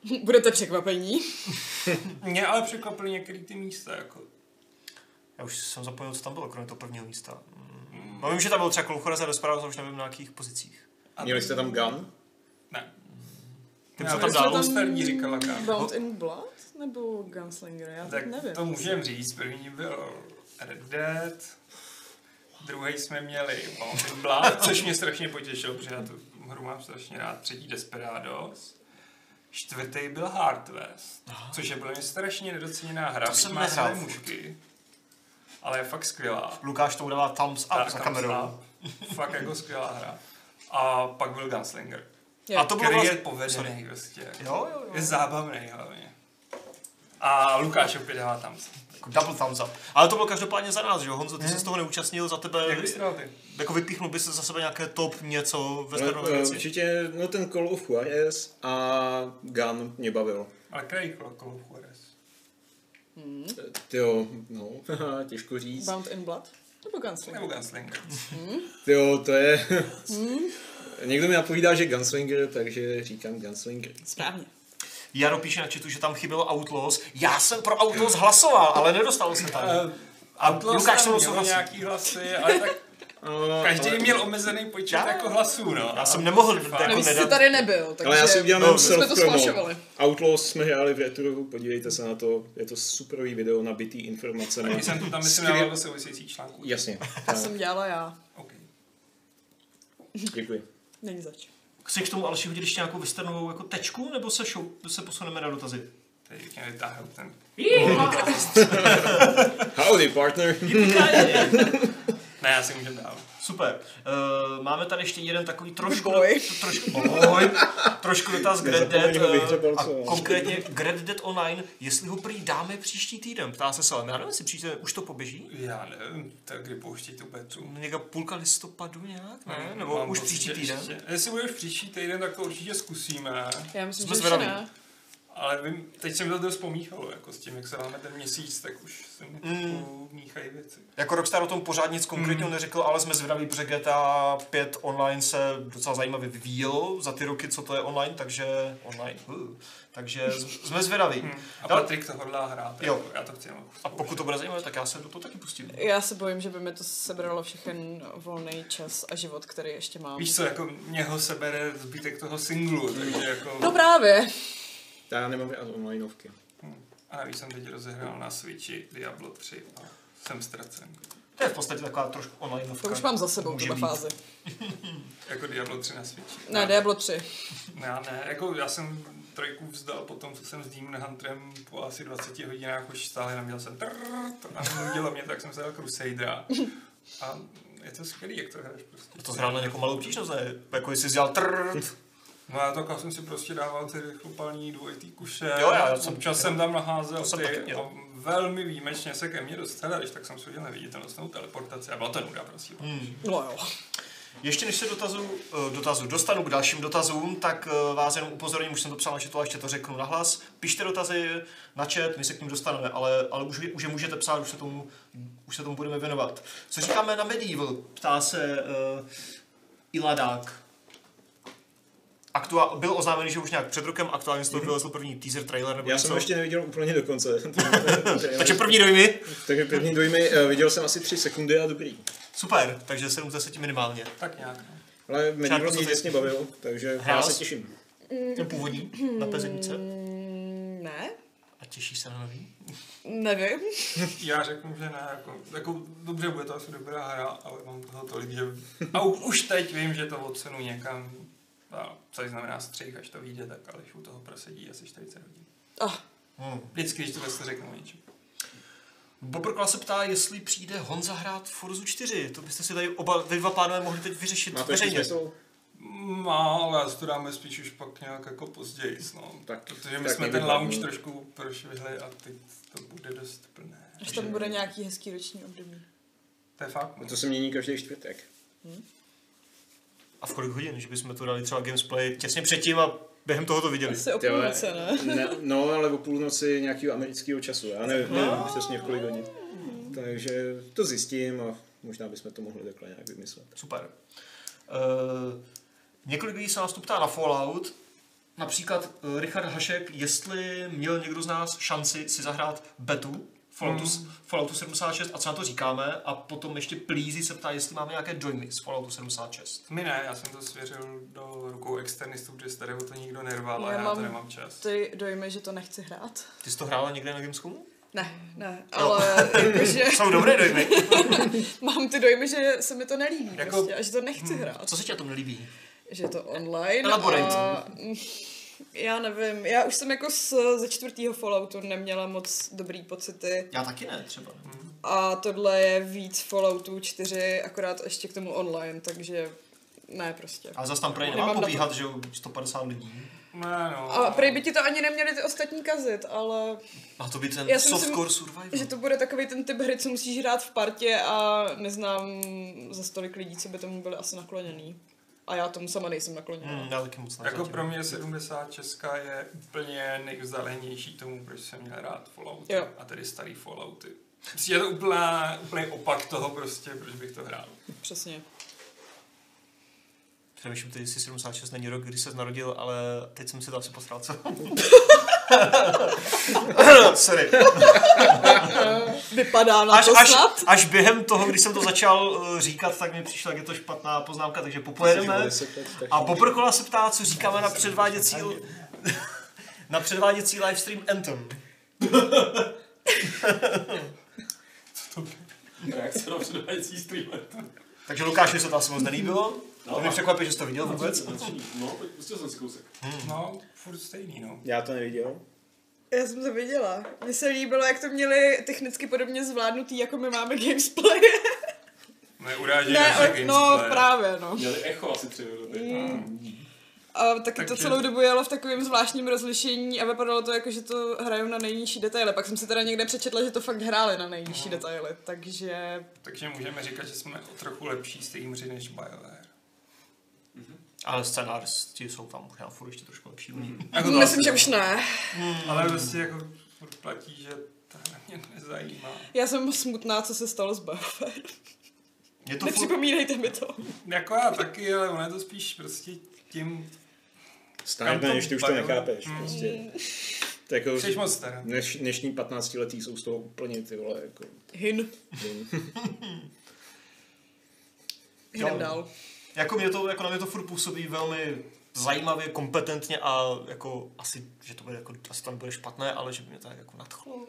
Budete překvapení. Mě ale překvapily některé ty místa, jako. Já už jsem zapomněl, co tam bylo, kromě toho prvního místa. Mm. No vím, že tam byl třeba Kluchorez a Desperado, ale už nevím na jakých pozicích. A Měli jste tam gun? Ne. Ty Já co tam tam dál? spousta lidí říkala gun. Bound in Blood? Nebo Gunslinger? Já Tak tak nevím. to můžeme říct. První byl Red Dead, druhý jsme měli Bound in Blood, což mě strašně potěšilo, protože já tu hru mám strašně rád. Třetí Desperados. Čtvrtý byl Hard West, Aha. což je pro mě strašně nedoceněná hra, byť má své mužky. Ale je fakt skvělá. Lukáš tomu dává thumbs up Tak, za kamerou. Fakt jako skvělá hra. A pak byl Gunslinger. Je. A to bylo Který vlastně... je povedený vlastně. Jo, jo, jo. Je zábavný hlavně. A Lukáš opět dává tam. Jako double thumbs up. Ale to bylo každopádně za nás, že jo? Honzo, ty hmm. se z toho neúčastnil, za tebe... Jak bys to dal ty? Jako vypíchnul bys za sebe nějaké top něco ve Ale, stejné věci? určitě, no ten Call of Juarez a gun mě bavil. Ale který Call of Juarez? Hmm. Tyjo, no, těžko říct. Bound in Blood? Nebo Gunslinger? Nebo Gunslinger. Hmm. Tyjo, to je... Hmm. Někdo mi napovídá, že Gunslinger, takže říkám Gunslinger. Správně. Jaro píše na chatu, že tam chybělo Outlaws. Já jsem pro Outlaws hlasoval, ale nedostalo se tam. Uh, A Outlaws Lukáš tam se měl nějaký hlasy, ale tak každý ale... měl omezený počet Já- jako hlasů, no. Já jsem nemohl Fakt. jako Navíc jsi nedat. tady nebyl, takže Ale já si udělám No, jenom jsme to self-promo. zfalšovali. Outlaws jsme hráli v retro, podívejte se na to, je to superový video, nabitý informacemi. Taky jsem to tam myslím Skvěl- dával do souvisejících článků. Jasně, To tak, jsem dělala já. Okay. děkuji. Není zač. Chceš k tomu Alši hodit ještě nějakou westernovou jako tečku, nebo se, show, se posuneme na dotazy? Teď mě vytáhnu ten. Howdy, partner. Ne, já si můžem dál. Super. Uh, máme tady ještě jeden takový trošku, Boj. trošku, oj, trošku dotaz k Red Dead, Nezapomeň ho uh, vyhřebat, a co? konkrétně k Red Dead Online, jestli ho prý dáme příští týden, ptá se Salem. Já nevím, jestli příště už to poběží? Já nevím, tak kdy pouští tu betu. Někde půlka listopadu nějak, ne? Hmm, Nebo mám už pocit, příští že týden? ještě- Jestli bude už příští týden, tak to určitě zkusíme. Já myslím, Jsme že zvědaví. ještě ne. Ale vím, teď jsem to dost pomíchal, jako s tím, jak se máme ten měsíc, tak už se mi mm. míchají věci. Jako Rockstar o tom pořád nic konkrétního Mm. neřekl, ale jsme zvědaví, protože G T A pět online se docela zajímavě vyvíjel za ty roky, co to je online, takže online, uh, takže z- jsme zvědaví. Hmm. A Dal- Patrik to hodlá hrát, Jo. jako, já to chci jenom A pokud to bude zajímavé, tak já se do toho taky pustím. Já se bojím, že by mi to sebralo všechen volný čas a život, který ještě mám. Víš co, jako mě ho sebere zbytek toho singlu, takže jako... No právě. Já nemám rád onlineovky. Hmm. A navíc jsem teď rozehrál na Switchi Diablo tři a jsem ztracen. To je v podstatě taková trošku online. To už mám za sebou, Může tuhle být. fázi. Jako Diablo tři na Switchi. Ne, Diablo tři. Ne, já ne, jako já jsem trojku vzdal potom, co jsem s Demon Hunterem po asi dvaceti hodinách už stále neměl jsem trrrt a nudilo mě, tak jsem se dal Crusadera. A je to skvělý, jak to hraješ prostě. To hrál na nějakou malou obtížnost, ne? Jako jestli jsi dělal trrrt. No já tak já jsem si prostě dával ty rychlopalní dvojitý kuše, Jo, já, já jsem- občas jsem tam naházel To jsem ty taky měl. a velmi výjimečně se ke mně dostala, když tak jsem si udělal neviditelnostnou teleportaci a byla to nuda prostě. Hmm. No jo. Ještě než se dotazu, eh, dotazu dostanu k dalším dotazům, tak eh, vás jenom upozorním, už jsem to psal na chatu a ještě to řeknu nahlas. Pište dotazy na chat, my se k ním dostaneme, ale, ale už, už je můžete psát, už se, tomu, už se tomu budeme věnovat. Co říkáme na Medieval? Ptá se uh, Iladák. Aktuál, byl oznámený, že už nějak před rokem, aktuálně z toho vylezl první teaser trailer nebo Já něco. jsem ještě neviděl úplně do konce. Takže první dojmy. Takže první dojmy, eh, viděl jsem asi tři sekundy a dobrý. Super, takže sedm z deseti minimálně. Tak nějak. No. Ale Medieval co mě ty- děsně bavil, takže Hrál já jsi? se těším. Ten původní na pezenice. Mm, ne, A těšíš se na nový? nevím. Já řeknu, že ne, jako, jako dobře, bude to asi dobrá hra, ale mám toho tolik, že a u, už teď vím, že to odsunu někam, a což znamená střih, až to vyjde, tak ale u toho prosedí asi čtyřicet hodin. Oh, Hmm. Vždycky, když tohle to řeknu o něčem. Bobrkla se ptá, jestli přijde Honza hrát Forzu čtyři. To byste si tady oba, vy dva pánové mohli teď vyřešit Má to ještě veřejně. smysl? Má, ale já si to dáme spíš už pak nějak jako později, no. Tak- Protože my tak jsme někdy ten lounge hlavní. trošku prošvihli a teď to bude dost plné. až tam bude nějaký hezký roční období. To je fakt. No. To se mění každý čtvrtek. A v kolik hodin, že bychom to dali třeba gamesplay těsně předtím a během toho to viděli. Asi o Ty vole, půlnoci, ne? ne? No, ale o půlnoci nějakého amerického času. Já nevím, nevím přesně v kolik hodin. Takže to zjistím a možná bychom to mohli takhle nějak vymyslet. Super. Uh, několik lidí se nás tu ptá na Fallout. například uh, Richard Hašek, jestli měl někdo z nás šanci si zahrát betu Falloutu, mm. Falloutu sedmdesát šest a co na to říkáme, a potom ještě Plízy se ptá, jestli máme nějaké dojmy z Falloutu sedmdesát šest. My ne, já jsem to svěřil do rukou externistů, protože z tady to nikdo nerval Já a já mám to nemám čas. Ty dojmy, že to nechci hrát. Ty jsi to hrála někde na Gamescomu? Ne, ne, ale jakože Jsou dobré dojmy. mám ty dojmy, že se mi to nelíbí Jako- prostě a že to nechci hrát. Co se ti na tom nelíbí? Že je to online Elaborate. a já nevím, já už jsem jako z, ze čtvrtého Falloutu neměla moc dobrý pocity Já taky ne, třeba. a tohle je víc Falloutu čtyři, akorát ještě k tomu online, takže ne prostě. Ale zase tam prej nemá Nemám na to- pobíhat, že jo, sto padesát lidí. Ne, no. A prej by ti to ani neměli ty ostatní kazit, ale Má to být ten Já si myslím, softcore survival. že to bude takový ten typ hry, co musíš hrát v partě a neznám za stolik lidí, co by tomu byli asi nakloněný. A já tomu sama nejsem nakloněná. Hmm, já taky moc ne. Jako zatím. pro mě sedmdesát Česká je úplně nejvzdálenější tomu, proč jsem měl rád Fallouty. Jo. A tedy starý Fallouty. Prostě je to úplná, úplný opak toho prostě, proč bych to hrál. Přesně. Přemýšlím, teď si sedmdesát šest není rok, kdy se narodil, ale teď jsem si to asi posral, co? Sorry. Vypadá na Až, to až, snad. až během toho, když jsem to začal uh, říkat, tak mi přišla, jak je to špatná poznámka, takže popojedeme. A Poprkola se ptá, co říkáme na předváděcí na předváděcí livestream Anthem. Reakce na předváděcí streamer. Takže Lukáši se to asi moc nelíbilo. No, To mě a- překvapí, že jsi to viděl vůbec. No, tak pustil jsem si kousek. No, furt stejný, no. Já to neviděl. Já jsem to viděla. Mně se líbilo, jak to měli technicky podobně zvládnutý, jako my máme Gamesplay. Neuráží Ne, naše o- no gamesplay. právě, no. Měli echo asi tři minuty. A taky to Takže- celou dobu jelo v takovém zvláštním rozlišení a vypadalo to jako, že to hrajou na nejnižší detaily. Pak jsem si teda někde přečetla, že to fakt hráli na nejnižší detaily, takže... Takže můžeme říkat, že jsme o trochu lepší streameři než BioWare. Ale scénáři jsou tam možná furt ještě trošku lepší. Jako to Myslím, asi že jo. už ne. Ale prostě jako furt platí, že to mě nezajímá. Já jsem smutná, co se stalo s BioWare. Je to furt... Nepřipomínejte mi to. Jako já taky, ale ono je to spíš prostě tím... Stane, Kam to než ty už to bavilo? nechápeš. Mm. Prostě. To jako, Jsi moc stará. dneš, dnešní patnáctiletí jsou z toho úplně ty vole, jako... Hin. Jdem Jo. dál. Jako mě to, jako na mě to furt působí velmi zajímavě, kompetentně a jako asi, že to bude jako, asi to nebude špatné, ale že by mě to tak jako nadchlo.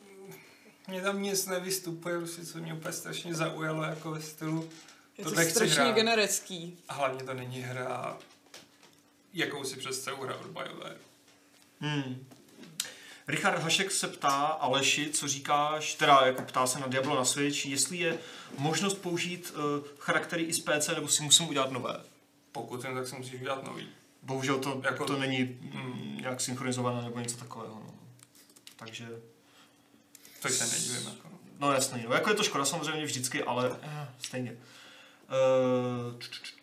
Mě tam nic nevystupuje, prostě, co mě úplně strašně zaujalo jako ve stylu. Je to Tohle chci strašně hrát. generický. A hlavně to není hra, jakou si představu hra od BioWare. Hmm. Richard Hašek se ptá Aleši, co říkáš, teda jako ptá se na Diablo na Switch, jestli je možnost použít uh, charaktery i z P C, nebo si musím udělat nové. Pokud jen, tak si musíš udělat nový. Bohužel to, Jako- jako, to není mm, nějak synchronizované nebo něco takového. No. Takže, Což se nedivím. Jako. no jasný, no jako je to škoda samozřejmě vždycky, ale eh, stejně. Uh,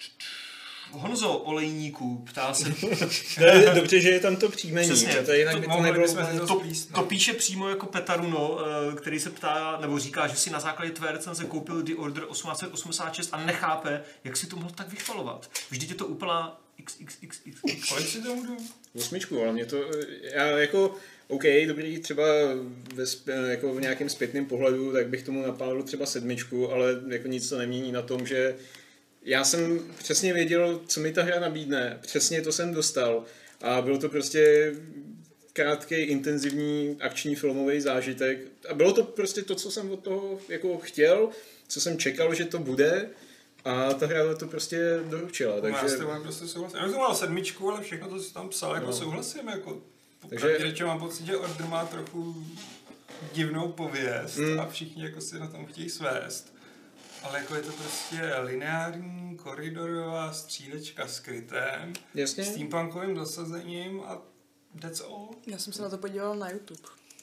Honzo Olejníku ptá se, Ne, dobře, že je tam to příjmení. Přesně. To jinak To by to mohli nebylo... bychom si to to, splíst, to no. píše přímo jako Petaruno, eh, který se ptá, nebo říká, že si na základě tvé recenze koupil The Order osmnáct set osmdesát šest a nechápe, jak si to mohl tak vychvalovat. Vždyť je to úplná XXXX. Kolik si to budu? Osmičku, ale mě to, já jako, OK, dobrý, třeba ve, sp- jako v nějakém zpětném pohledu, tak bych tomu napálil třeba sedmičku, ale jako nic to nemění na tom, že já jsem přesně věděl, co mi ta hra nabídne, přesně to jsem dostal a bylo to prostě krátký, intenzivní akční filmový zážitek a bylo to prostě to, co jsem od toho jako chtěl, co jsem čekal, že to bude a ta hra to prostě doručila, Takže... Já takže... s tím prostě souhlasím. Já bych to mal sedmičku, ale všechno to, co tam psal, jako No. souhlasím. Jako, Takže- takže řečem mám pocit, že Order má trochu divnou pověst Mm. a všichni jako si na tom chtějí svést. Ale jako je to prostě lineární, koridorová střílečka s krytem, Jasně. steampunkovým dosazením a that's all. Já jsem se na to podívala na YouTube.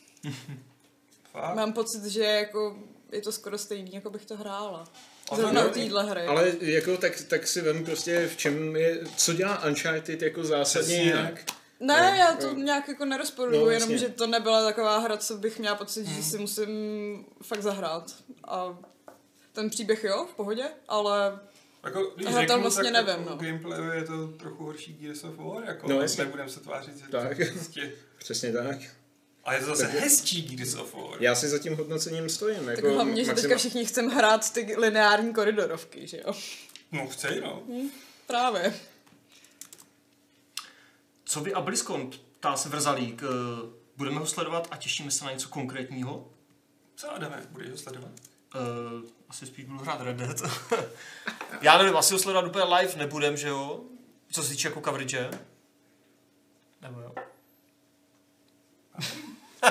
Fakt. Mám pocit, že jako je to skoro stejný, jako bych to hrála. A Zrovna to- u téhle hry. Ale jako tak, tak si vem prostě v čem je, co dělá Uncharted jako zásadně Přesně. jinak. Ne, No, já to no. nějak jako nerozporuju, No, jenom jasně. že to nebyla taková hra, co bych měla pocit, že si musím fakt zahrát. A ten příběh jo, v pohodě, ale Jako, když Aha, to řeknu, vlastně tak nevím, jako no. gameplayu je to trochu horší Gears of War, jako No, no, jasně. nebudeme se tvářit, že Tak. to prostě... Přesně tak. A je to zase Takže- hezčí Gears of War. Já si za tím hodnocením stojím. Tak Jako hlavně, že teďka maxima- všichni chceme hrát ty lineární koridorovky, že jo? No chcej, no. Právě. Co vy a BlizzCon, ptá se Vrzalík, eh, budeme ho sledovat a těšíme se na něco konkrétního? Co Adame, budeš ho sledovat? Uh, asi spíš budu hrát Red Dead. Já nevím, asi ho sledovat úplně live nebudem, že jo? Co se týče jako coverage. Nebo jo? uh,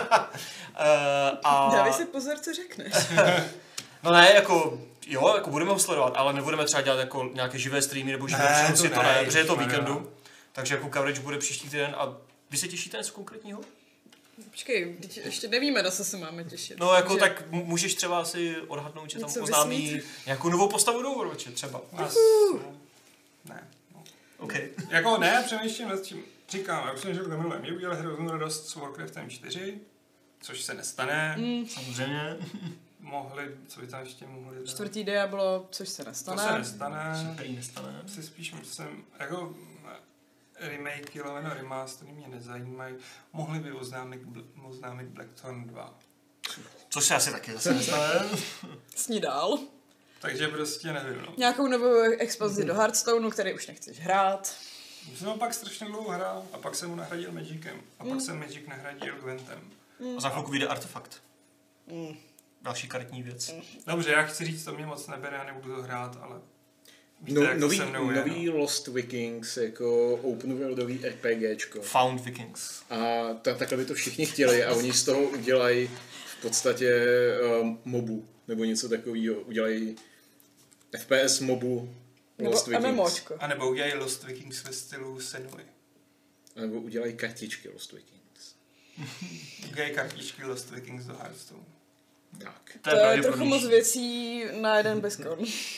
a... Dávej si pozor, co řekneš. No ne, jako, jo, jako budeme ho sledovat, ale nebudeme třeba dělat jako nějaké živé streamy nebo živé Ne, přenosy, to to ne, ne, protože je to ježišmarja. víkendu. Takže jako coverage bude příští týden a vy se těšíte na něco konkrétního? Počkej, teď ještě nevíme, na co se máme těšit. No jako Takže- tak m- můžeš třeba si odhadnout, že tam Něco oznámí vysmít? nějakou novou postavu do Overwatche třeba. Nás, no, ne. No. OK. Jako ne, přemýšlím nad čím. Říkám, já už jsem řekl to minule, mě udělal hroznou radost s Warcraftem čtyři, což se nestane. Mm, Samozřejmě. Mohli, co by tam ještě mohli dát? čtvrtý Diablo, což se To nestane. se nestane. Prý nestane. Si spíš myslím, jako remakey, lomeno remastery mě nezajímají. Mohli by oznámit, bl- oznámit Blackthorn dva. Což se asi taky zase nestane. Sní dál. Takže prostě nevím, no. Nějakou novou expanzi do Hearthstoneu, který už nechceš hrát. Jsem ho pak strašně dlouho hrál a pak jsem mu nahradil Magicem. A pak jsem Magic nahradil Gwentem. A za chvilku vyjde Artefakt. Mm. Další karetní věc. Dobře, já chci říct, to mě moc nebere, já nebudu to hrát, ale víte, No, jak to nový, se mnou je, nový no. Lost Vikings, jako open worldový RPGčko. Found Vikings. A ta, takhle by to všichni chtěli a oni z toho udělají v podstatě um, mobu, nebo něco takového. Udělají F P S mobu Lost Nebo Vikings. MMOčko. A nebo udělají Lost Vikings ve stylu Senui. A nebo udělají kartičky Lost Vikings. Udělají kartičky Lost Vikings do Hearthstone. Tak. To je trochu pravděpodobnější. moc věcí na jeden BlizzCon.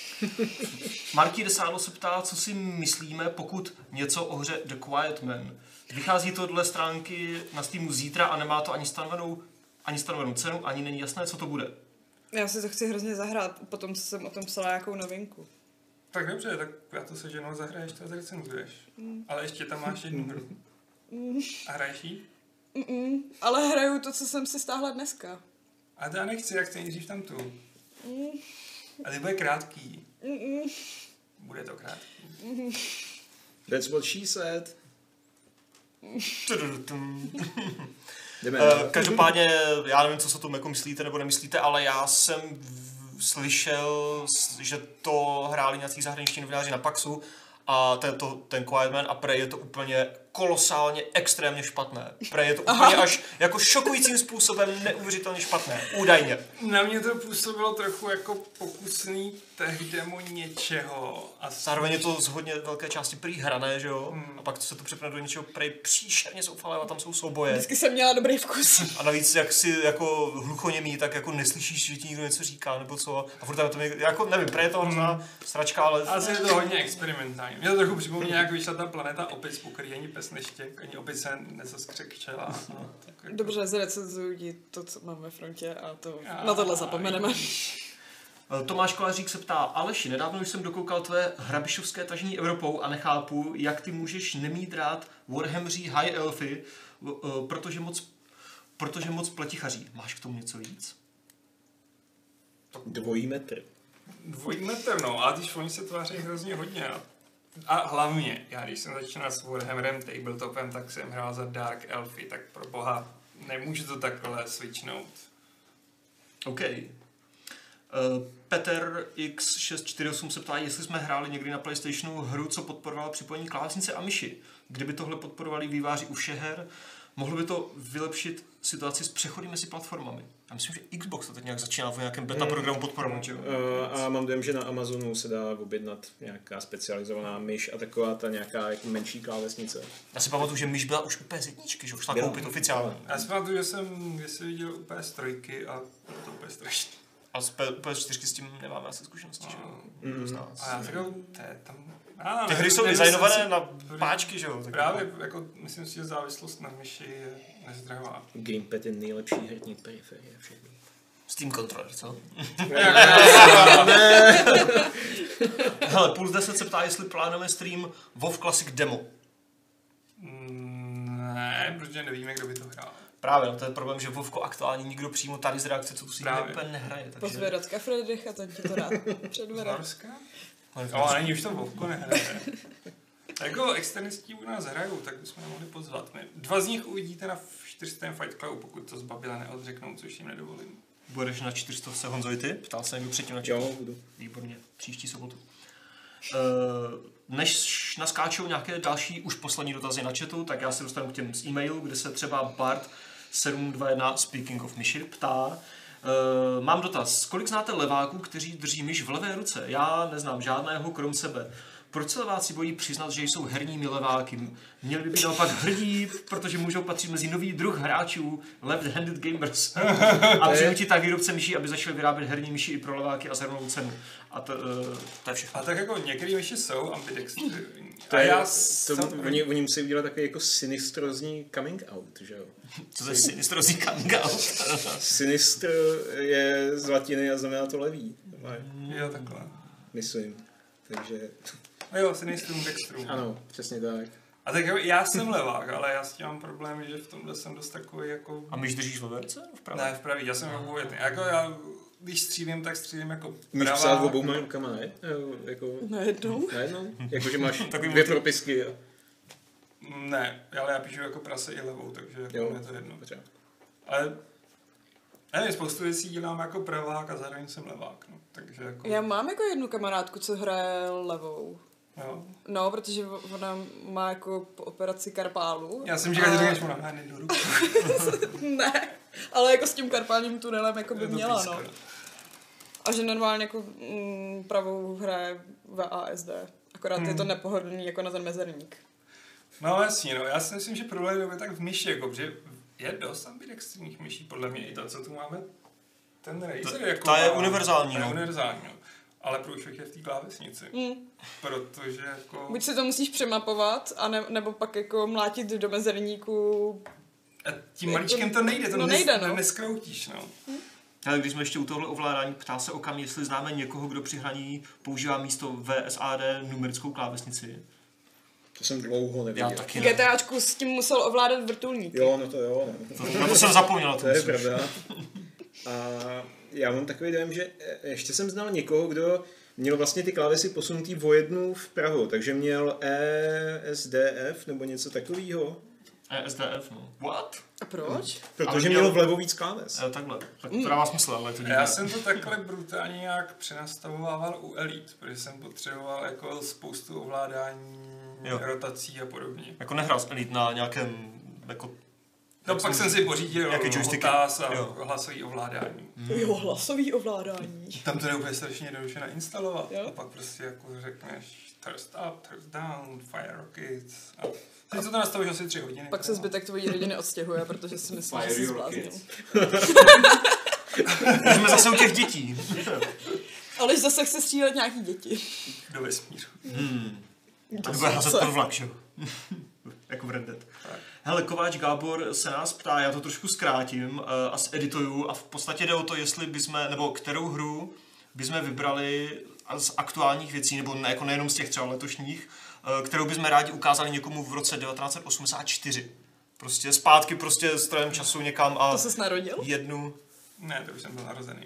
Marky Desádo se ptá, co si myslíme, pokud něco o hře The Quiet Man. Vychází to dle stránky na Steamu zítra a nemá to ani stanovenou, ani stanovenou cenu, ani není jasné, co to bude. Já si to chci hrozně zahrát, potom co jsem o tom psala nějakou novinku. Tak dobře, tak já to se ženou zahraješ, to zrecenzuješ. Mm. Ale ještě tam máš jednu hru. A hraješ jí? Mm-mm, ale hraju to, co jsem si stáhla dneska. A to já nechci, jak chci nejdřív tam tu. Mm, A ty bude krátký. mm-mm. Bude to krátký. That's what she said. Jdeme Uh, na... každopádně, já nevím, co se o tom jako myslíte nebo nemyslíte, ale já jsem v- slyšel, s- že to hráli nějací zahraniční novináři na Paxu a ten, to, ten Quiet Man a prej je to úplně kolosálně, extrémně špatné. Prej je to úplně Aha. až jako šokujícím způsobem neuvěřitelně špatné. Údajně. Na mě to působilo trochu jako pokusný tech demo něčeho. A Zároveň je to z hodně velké části prý hrané, že jo? Hmm. A pak se to přepne do něčeho prej příšerně zoufalého a tam jsou souboje. Vždycky jsem měla dobrý vkus. A navíc, jak si jako hluchoněmý, tak jako neslyšíš, že ti někdo něco říká, nebo co. A furt tam to mě, jako nevím, prej je to hrozná sračka, ale... Asi je to hodně experimentální. Mě to trochu připomíná, jak vyšla ta planeta opic, po který ani pes neštěk, ani opic se nezaskřekčela. No, tak jako- Dobře, zrecenzuji to, co mám ve frontě a to Já- na tohle zapomeneme. Tomáš Kolářík se ptá, Aleši, nedávno jsem dokoukal tvé hrabišovské tažení Evropou a nechápu, jak ty můžeš nemít rád Warhammeří High Elfy, uh, protože moc, protože moc pletichaří. Máš k tomu něco víc? Dvojí metr. Dvojí metr, no, a když oni se tváří hrozně hodně. A, a hlavně, já když jsem začínal s Warhammerem Tabletopem, tak jsem hrál za Dark Elfy, tak pro boha, nemůžu to takhle switchnout. OK. Uh, Peter X šest čtyři osm se ptá, jestli jsme hráli někdy na PlayStationu hru, co podporovala připojení klávesnice a myši. Kdyby tohle podporovali výváři u všech her, mohlo by to vylepšit situaci s přechody mezi platformami. Já myslím, že Xbox to teď nějak začíná v nějakém beta programu podporovat, že jo? Uh, a mám dojem, že na Amazonu se dá objednat nějaká specializovaná myš a taková ta nějaká jako menší klávesnice. Já si pamatuju, že myš byla už u P S jedna, že už šla Byla. koupit oficiálně. Já si pamatuju, že jsem že jsem viděl u P S tři a bylo to úplně strašné. A z P- PS4 s tím nemáme asi zkušenosti, že jo? Mm. A já říkal, to je tam... Ah, Ty hry jsou nemyslím designované si- na páčky, že jo? Tak Právě, jako, myslím si, že závislost na myši je nezdravá. Gamepad je nejlepší herní periferie všech. Steam Controller, co? Ne. Hele, Puls deset se ptá, jestli plánujeme stream WoW Classic demo. Mm, ne, protože nevíme, kdo by to hrál. Právě, no to je problém, že WoWko aktuálně nikdo přímo tady z reakce, co tu si Právě. úplně nehraje. Takže... Pozve Radka Friedricha, ten ti to rád předvede. Norska? No, není už to Vovko nehraje. Jako externistí u nás hrajou, tak bychom je mohli pozvat. My dva z nich uvidíte na čtyřstém Fight Clubu, pokud to zbabila neodřeknou, což jim nedovolím. Budeš na čtyřstovce Honzoj ty? Ptal se někdo předtím na Jo, čtyřstovce. budu. Výborně, příští sobotu. Uh, než naskáčou nějaké další, už poslední dotazy na chatu, tak já se dostanu k těm z e-mailu, kde se třeba Bart sedm dva jedna Speaking of Myši ptá. Uh, mám dotaz. Kolik znáte leváků, kteří drží myš v levé ruce? Já neznám žádného krom sebe. Proč se leváci bojí přiznat, že jsou herními leváky? Měli by být naopak hrdí, protože můžou patřit mezi nový druh hráčů left-handed gamers. A přinutit tak výrobce myší, aby začali vyrábět herní myši i pro leváky a za rovnou cenu. A to, uh, to je všechno. A tak jako některé myši jsou ambidextrní. To A je, já to, jsem... oni, oni musí udělat takový jako sinistrozní coming out, že jo? Co to je sinistrozí coming out? Sinistr je z latiny a znamená to levý. Jo, takhle. Myslím. Takže, A jo, sinistrum, dextrum. ano, přesně tak. A tak jo, já jsem levák, ale já s tím mám problém, že v tomhle jsem dost takový jako... A myš držíš v levé ruce? V pravé? Ne, v pravý, já jsem obojetný. Jako já, když střílím, tak střílím jako Můžeš pravá. psát obouma rukama, ne? Jo, jako, Najednou? najednou? Jako, že máš Takový dvě motiv. propisky. A... Ne, ale já píšu jako prase i levou, takže jako Jo, mě to jedno. potřeba. Ale nevím, spoustu věcí dělám jako pravák a zároveň jsem levák, no. Takže jako... Já mám jako jednu kamarádku, co hraje levou. Jo. No, protože ona má jako po operaci karpálu. Já jsem říkal, že řekneš, ona má do ruky. Ne, ale jako s tím karpálním tunelem jako by Je to měla, píska. no. A že normálně jako mm, pravou hraje V A S D. Akorát Hmm. je to nepohodlný jako na ten mezerník. No jasně, no. Já si myslím, že problém je tak v myši, jako, že je dost ambidextrních myší, podle mě i to, co tu máme. Ten Razer Ta- jako... ta je má- univerzální, ta je no. univerzální, no. Ale průšvih je v té klávesnici. Mm. Protože jako... Buď si to musíš přemapovat, a ne, nebo pak jako mlátit do mezerníku. A tím maličkem to nejde, to No nes, nejde, no. neskroutíš, no. Ale když jsme ještě u tohle ovládání, ptá se Okam, jestli známe někoho, kdo při hraní používá místo V S A D numerickou klávesnici. To jsem dlouho neviděl. Já taky ne. GTAčku s tím musel ovládat vrtulník. Jo, no to jo. No. To, na to jsem zapomněl. To je pravda. A já mám takový dojem, že ještě jsem znal někoho, kdo měl vlastně ty klávesy posunutý o jednu vpravo, takže měl E S D F nebo něco takového. E S D F, no. What? A proč? Protože Ale měl měl- vlevo víc kláves. E, takhle. Tak to dává smysl, ale je to Já divné. jsem to takhle brutálně nějak přenastavovával u Elite, protože jsem potřeboval jako spoustu ovládání, Jo. rotací a podobně. Jako nehrál jsi Elite na nějakém, jako... No jak pak se jsem může- si pořídil Jaké joysticky? hotáz a Jo. hlasový ovládání. Jo, hlasový ovládání. Tam to je úplně strašně jednoduše nainstalovat. Jo. A pak prostě jako řekneš thirst up, thirst down, fire rockets. A teď to nastavíš asi tři hodiny. Pak se zbytek tvojí rodiny odstěhuje, protože si myslím, že Fire jsi your zbláznil. kids. Jsme zase u těch dětí. Ale zase chce střílet nějaký děti. do vesmíru. Hmm. To Tak bude hazet co? pod vlak, že jo? Jako v Red Dead. Tak. Hele, Kováč Gábor se nás ptá, já to trošku zkrátím uh, a zedituju a v podstatě jde o to, jestli bychom, nebo kterou hru bychom vybrali z aktuálních věcí, nebo ne, jako nejenom z těch třeba letošních, uh, kterou bychom rádi ukázali někomu v roce devatenáct set osmdesát čtyři. Prostě zpátky prostě strojem času někam a To ses narodil? jednu... Ne, to už jsem byl narozený.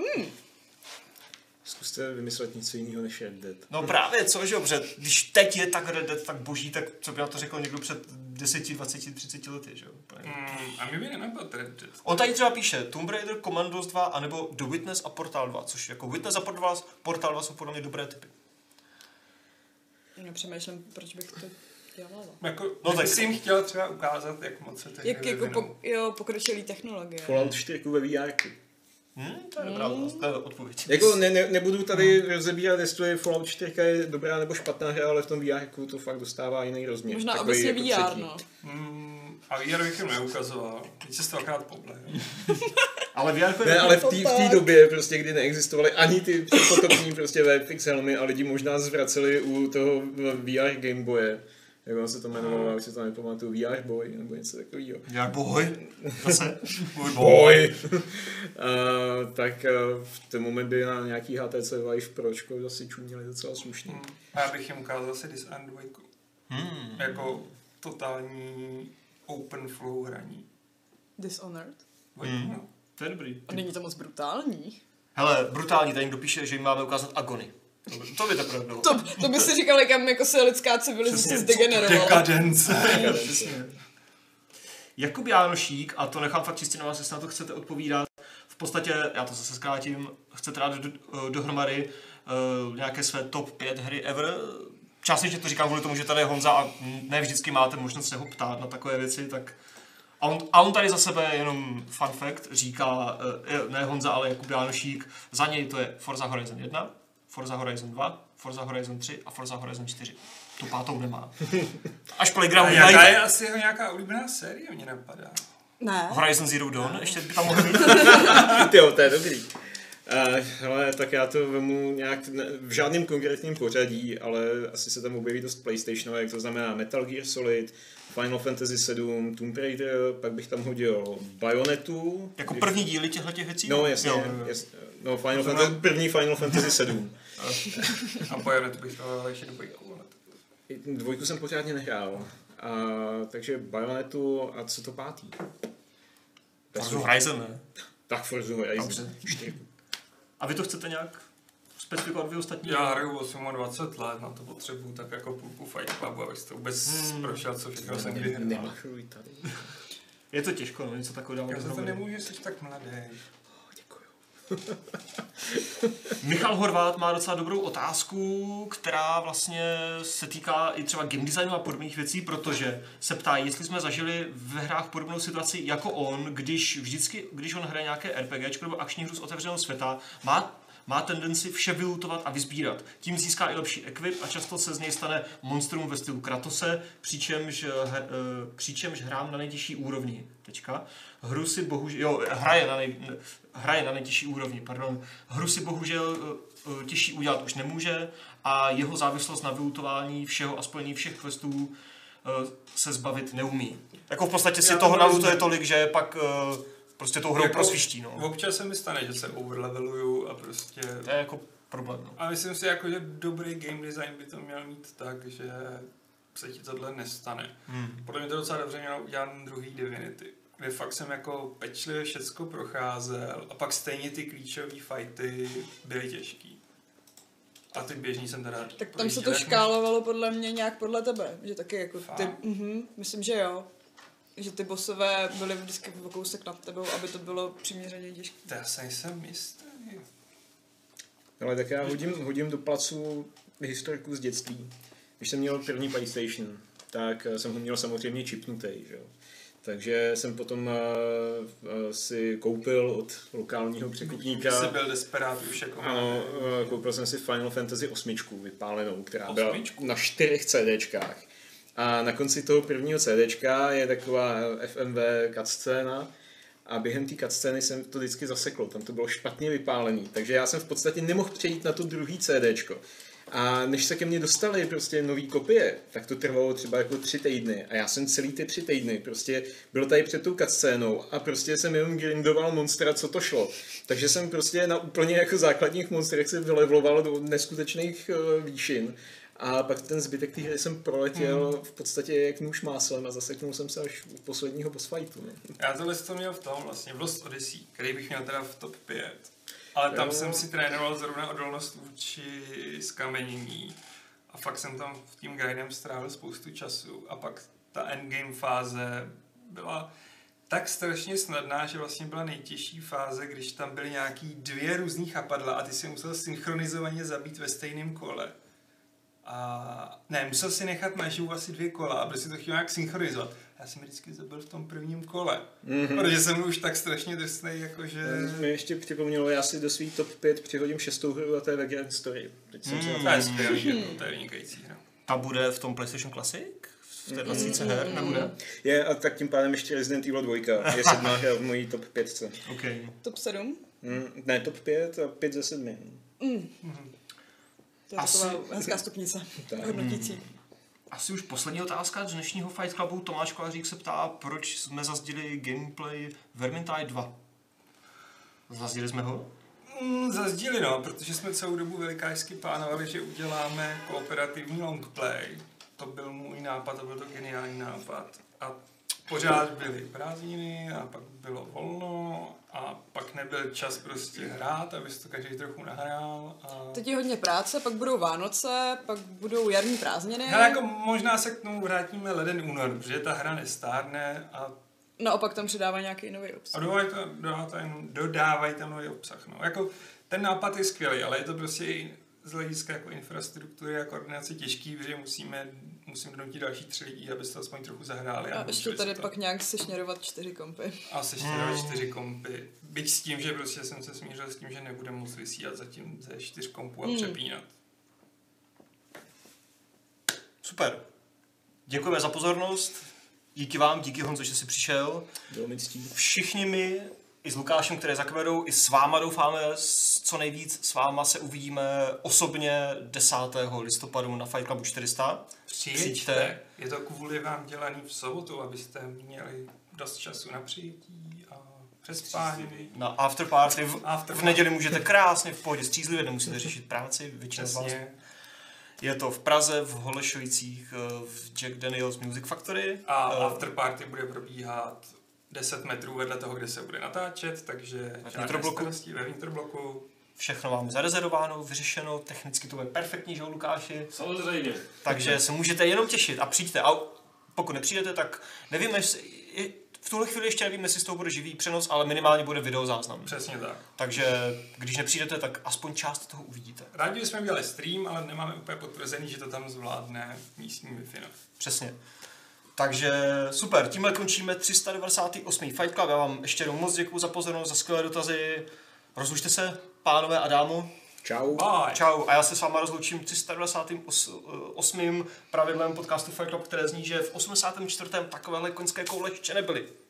Zkuste vymyslet něco jiného než Red Dead. No právě, co, že jo, protože když teď je tak Red Dead, tak boží, tak co by na to řekl někdo před deset, dvacet, třicet lety, že jo? Úplně. Mm, a mi by nenapadl Red Dead. On tady třeba píše Tomb Raider, Commandos dva, anebo The Witness a Portal dva, což jako Witness a Portal dva, Portal dva jsou podle mě dobré typy. No, přemýšlím, proč bych to dělala. Jako, No no tak- tak jsem jim chtěl třeba ukázat, jak moc se teď Jak jako vyvinou. po, jo, pokročilý technologie. Fallout čtyři ve V R. Hm, to je dobrá otázka, to je odpověď. Jako ne, ne, nebudu tady rozebírat, jestli Fallout čtyři je dobrá nebo špatná hra, ale v tom V R to fakt dostává jiný rozměr. Možná Takový obecně jako V R, třetí. no. Mm, a V R bych jim neukazoval. Teď se to akorát poble. Ale V R je Ne, ale v To té tak. době, prostě, kdy neexistovaly ani ty předpotopní prostě V F X helmy a lidi možná zvraceli u toho V R Gameboye, jak on se to jmenovalo, já už si to nepamatuju, V R Boy, nebo něco takového. V R Boy? Zase? Boy Boy! uh, tak uh, v ten moment by na nějaký H T C Vive Pročko zase čuměli docela slušný. Hmm. A já bych jim ukázal zase Dishonored dva. Hmm. Jako totální open flow hraní. Dishonored? Hmm. No. To je dobrý. A není to moc brutální? Hele, brutální, tady někdo píše, že jim máme ukázat Agony. To by, to by teprve bylo. To, to by si říkal, kam jako se lidská civilizace zdegenerovala. Dekadence. Jakub Jánošík, a to nechám fakt čistě na vás, jestli na to chcete odpovídat, v podstatě, já to zase zkrátím, chcete dát do, dohromady uh, nějaké své top pět hry ever. Částečně to říkám kvůli tomu, že tady je Honza a ne vždycky máte možnost se ho ptát na takové věci, tak a on, a on tady za sebe jenom fun fact říká, uh, ne Honza, ale Jakub Jánošík, za něj to je Forza Horizon jedna, Forza Horizon dva, Forza Horizon tři a Forza Horizon čtyři. Tu pátou nemá. Až Playground A jaká je asi jeho nějaká oblíbená série, mě napadá. Ne. Horizon Zero Dawn, ještě by tam mohl být. Tyjo, to je dobrý. Uh, hele, tak já to vemu nějak ne, v žádném konkrétním pořadí, ale asi se tam objeví dost PlayStationové, to znamená Metal Gear Solid, Final Fantasy sedm, Tomb Raider, pak bych tam hodil Bayonetu. Jako první díly těchto těch věcí? No jasně, jo, jasně. No, Final Fantasy, první Final Fantasy sedm. A Bayonetu bych dal ještě do bojku. Dvojku jsem pořádně nehrál. A, takže Bayonetu a co to pátý? Forza Horizon, ne? Tak Forza Horizon. Dobře. A vy to chcete nějak specifikovat vy ostatní? Já hraju dvacet osm let, na to potřebuji tak jako půlku Fight Clubu, abych to vůbec hmm. prošel, co všechno jsem kdy hrál. Nemachruj tady. Je to těžko, no, něco takového dávat. Já to nemůžu, jsi tak mladý. Michal Horvát má docela dobrou otázku, která vlastně se týká i třeba game designu a podobných věcí, protože se ptá, jestli jsme zažili ve hrách podobnou situaci jako on, když vždycky, když on hraje nějaké RPGčko nebo akční hru z otevřeného světa, má má tendenci vše vylutovat a vysbírat. Tím získá i lepší ekvip a často se z něj stane monstrum ve stylu Kratose, přičemž, hr, přičemž hrám na nejtěžší úrovni. Tečka. Hru si bohužel, jo, hraje na, nej, hraje na nejtěžší úrovni, pardon. Hru si bohužel těžší udělat už nemůže a jeho závislost na vylutování všeho a spojení všech questů se zbavit neumí. Jako v podstatě si Já toho nalutuje tolik, že pak prostě tou hrou jako prosviští, no. Občas se mi stane, že se overleveluju a prostě... To je jako problém, no. A myslím si, jako, že dobrý game design by to měl mít tak, že se ti tohle nestane. Hmm. Podle mě to docela dobře mělo udělat druhý Divinity. Kde fakt jsem jako pečlivě všecko procházel a pak stejně ty klíčové fighty byly těžký. A ty běžní jsem teda... Tak tam se to škálovalo podle mě nějak podle tebe, že taky jako ty... Mhm, myslím, že jo. Že ty bossové byly vždycky o kousek nad tebou, aby to bylo přiměřeně těžké. To já se nejsem jistý. Ale tak já hodím, hodím do placu historiku z dětství. Když jsem měl první PlayStation, tak jsem ho měl samozřejmě čipnutý, že jo. Takže jsem potom uh, uh, si koupil od lokálního překupníka. Jsi byl desperát už jako... Ano, uh, koupil jsem si Final Fantasy osm vypálenou, která byla na čtyřech CDčkách. A na konci toho prvního CDčka je taková F M V cutscéna a během té cutscény jsem to vždycky zasekl, tam to bylo špatně vypálený, takže já jsem v podstatě nemohl přejít na to druhý CDčko. A než se ke mně dostaly prostě nový kopie, tak to trvalo třeba jako tři týdny a já jsem celý ty tři týdny prostě byl tady před tou cutscénou a prostě jsem jenom grindoval monstra, co to šlo. Takže jsem prostě na úplně jako základních monstrech se vylevloval do neskutečných uh, výšin. A pak ten zbytek té hry jsem proletěl hmm. v podstatě jak nůž máslem a zaseknul jsem se až u posledního boss fightu. Ne? Já tohle to měl v tom vlastně, v Lost Odyssey, který bych měl teda v top pět. Ale tam jo. jsem si trénoval zrovna odolnost vůči skamenění. A fakt jsem tam v tím grindem strávil spoustu času. A pak ta endgame fáze byla tak strašně snadná, že vlastně byla nejtěžší fáze, když tam byly nějaký dvě různý chapadla a ty si musel synchronizovaně zabít ve stejném kole. A ne, musel si nechat naživu asi dvě kola, aby si to chtěl nějak synchronizovat. Já jsem vždycky zabil v tom prvním kole, mm-hmm. protože jsem už tak strašně drsnej, jakože... Mě ještě připomnělo, já si do svých top pět přihodím šestou hru a to je Vagrant Story. Teď jsem mm. to je skvělý, to je vynikající hra. A bude v tom PlayStation Classic? V té dvacítce mm. her, nebude? Je, a tak tím pádem ještě Resident Evil dva je sedmá hra v mojí top pětce. Okay. Top sedm? Mm, ne, top pět a pět ze sedmi. Mm. Mm. To je Asi... taková hezká stupnice, hodnotící. asi už poslední otázka z dnešního Fight Clubu. Tomáš Kolářík se ptá, proč jsme zazdili gameplay Vermintide dva. Zazdili jsme ho? Mm, zazdíli, no, protože jsme celou dobu velikářsky plánovali, že uděláme kooperativní longplay. To byl můj nápad, to byl to geniální nápad. A pořád byly prázdniny a pak bylo volno a pak nebyl čas prostě hrát, aby to každý trochu nahrál. A... Teď je hodně práce, pak budou Vánoce, pak budou jarní prázdniny. Hele, jako možná se k tomu vrátíme leden únor, protože ta hra nestárne a Naopak tam přidávají nějaký nový obsah. A dodávají, to, dodávají, dodávají tam nový obsah. No. Jako, ten nápad je skvělý, ale je to prostě i z hlediska jako infrastruktury a koordinace těžký, protože musíme, musíme donutit další tři lidi, aby se to aspoň trochu zahráli. A, a ještě tady to. pak nějak sešněrovat čtyři kompy. A sešněrovat čtyři kompy. Byť s tím, že prostě jsem se smířil s tím, že nebude moc vysílat zatím ze čtyř kompů a Hmm. přepínat. Super. Děkujeme za pozornost. Díky vám, díky Honzo, že jsi přišel. Bylo mi ctí. Všichni my, i s Lukášem, který je za kamerou, i s váma doufáme, s- co nejvíc s váma se uvidíme osobně desátého listopadu na Fight Clubu čtyři sta. Přijďte. Je to kvůli vám dělaný v sobotu, abyste měli dost času na přijetí a přespání. Na afterparty. V, After v neděli můžete krásně v pohodě střízlivě, nemusíte řešit práci, většina z vás. Přesně. Je to v Praze, v Holešovicích, eh, v Jack Daniels Music Factory. A Eh, afterparty bude probíhat deset metrů vedle toho, kde se bude natáčet, takže žádné vnitrobloku. starosti ve vnitrobloku. Všechno vám zarezervováno, vyřešeno, technicky to bude perfektní, že jo, Lukáši? Samozřejmě. Takže se můžete jenom těšit a přijďte. A pokud nepřijdete, tak nevíme, jestli- je- v tuhle chvíli ještě nevím, jestli z toho bude živý přenos, ale minimálně bude videozáznam. Přesně tak. Takže když nepřijdete, tak aspoň část toho uvidíte. Rádi bychom udělali stream, ale nemáme úplně potvrzený, že to tam zvládne místní Wi-Fi. no. Přesně. Takže super, tímhle končíme tři sta devadesát osm Fight Club. Já vám ještě jednou moc děkuju za pozornost, za skvělé dotazy. Rozlučte se, pánové a dámo. Čau. Bye. Čau. A já se s váma rozloučím tři sta devadesát osm pravidlem podcastu Fight Club, které zní, že v osmdesátém čtvrtém takovéhle koňské koule ještě nebyly.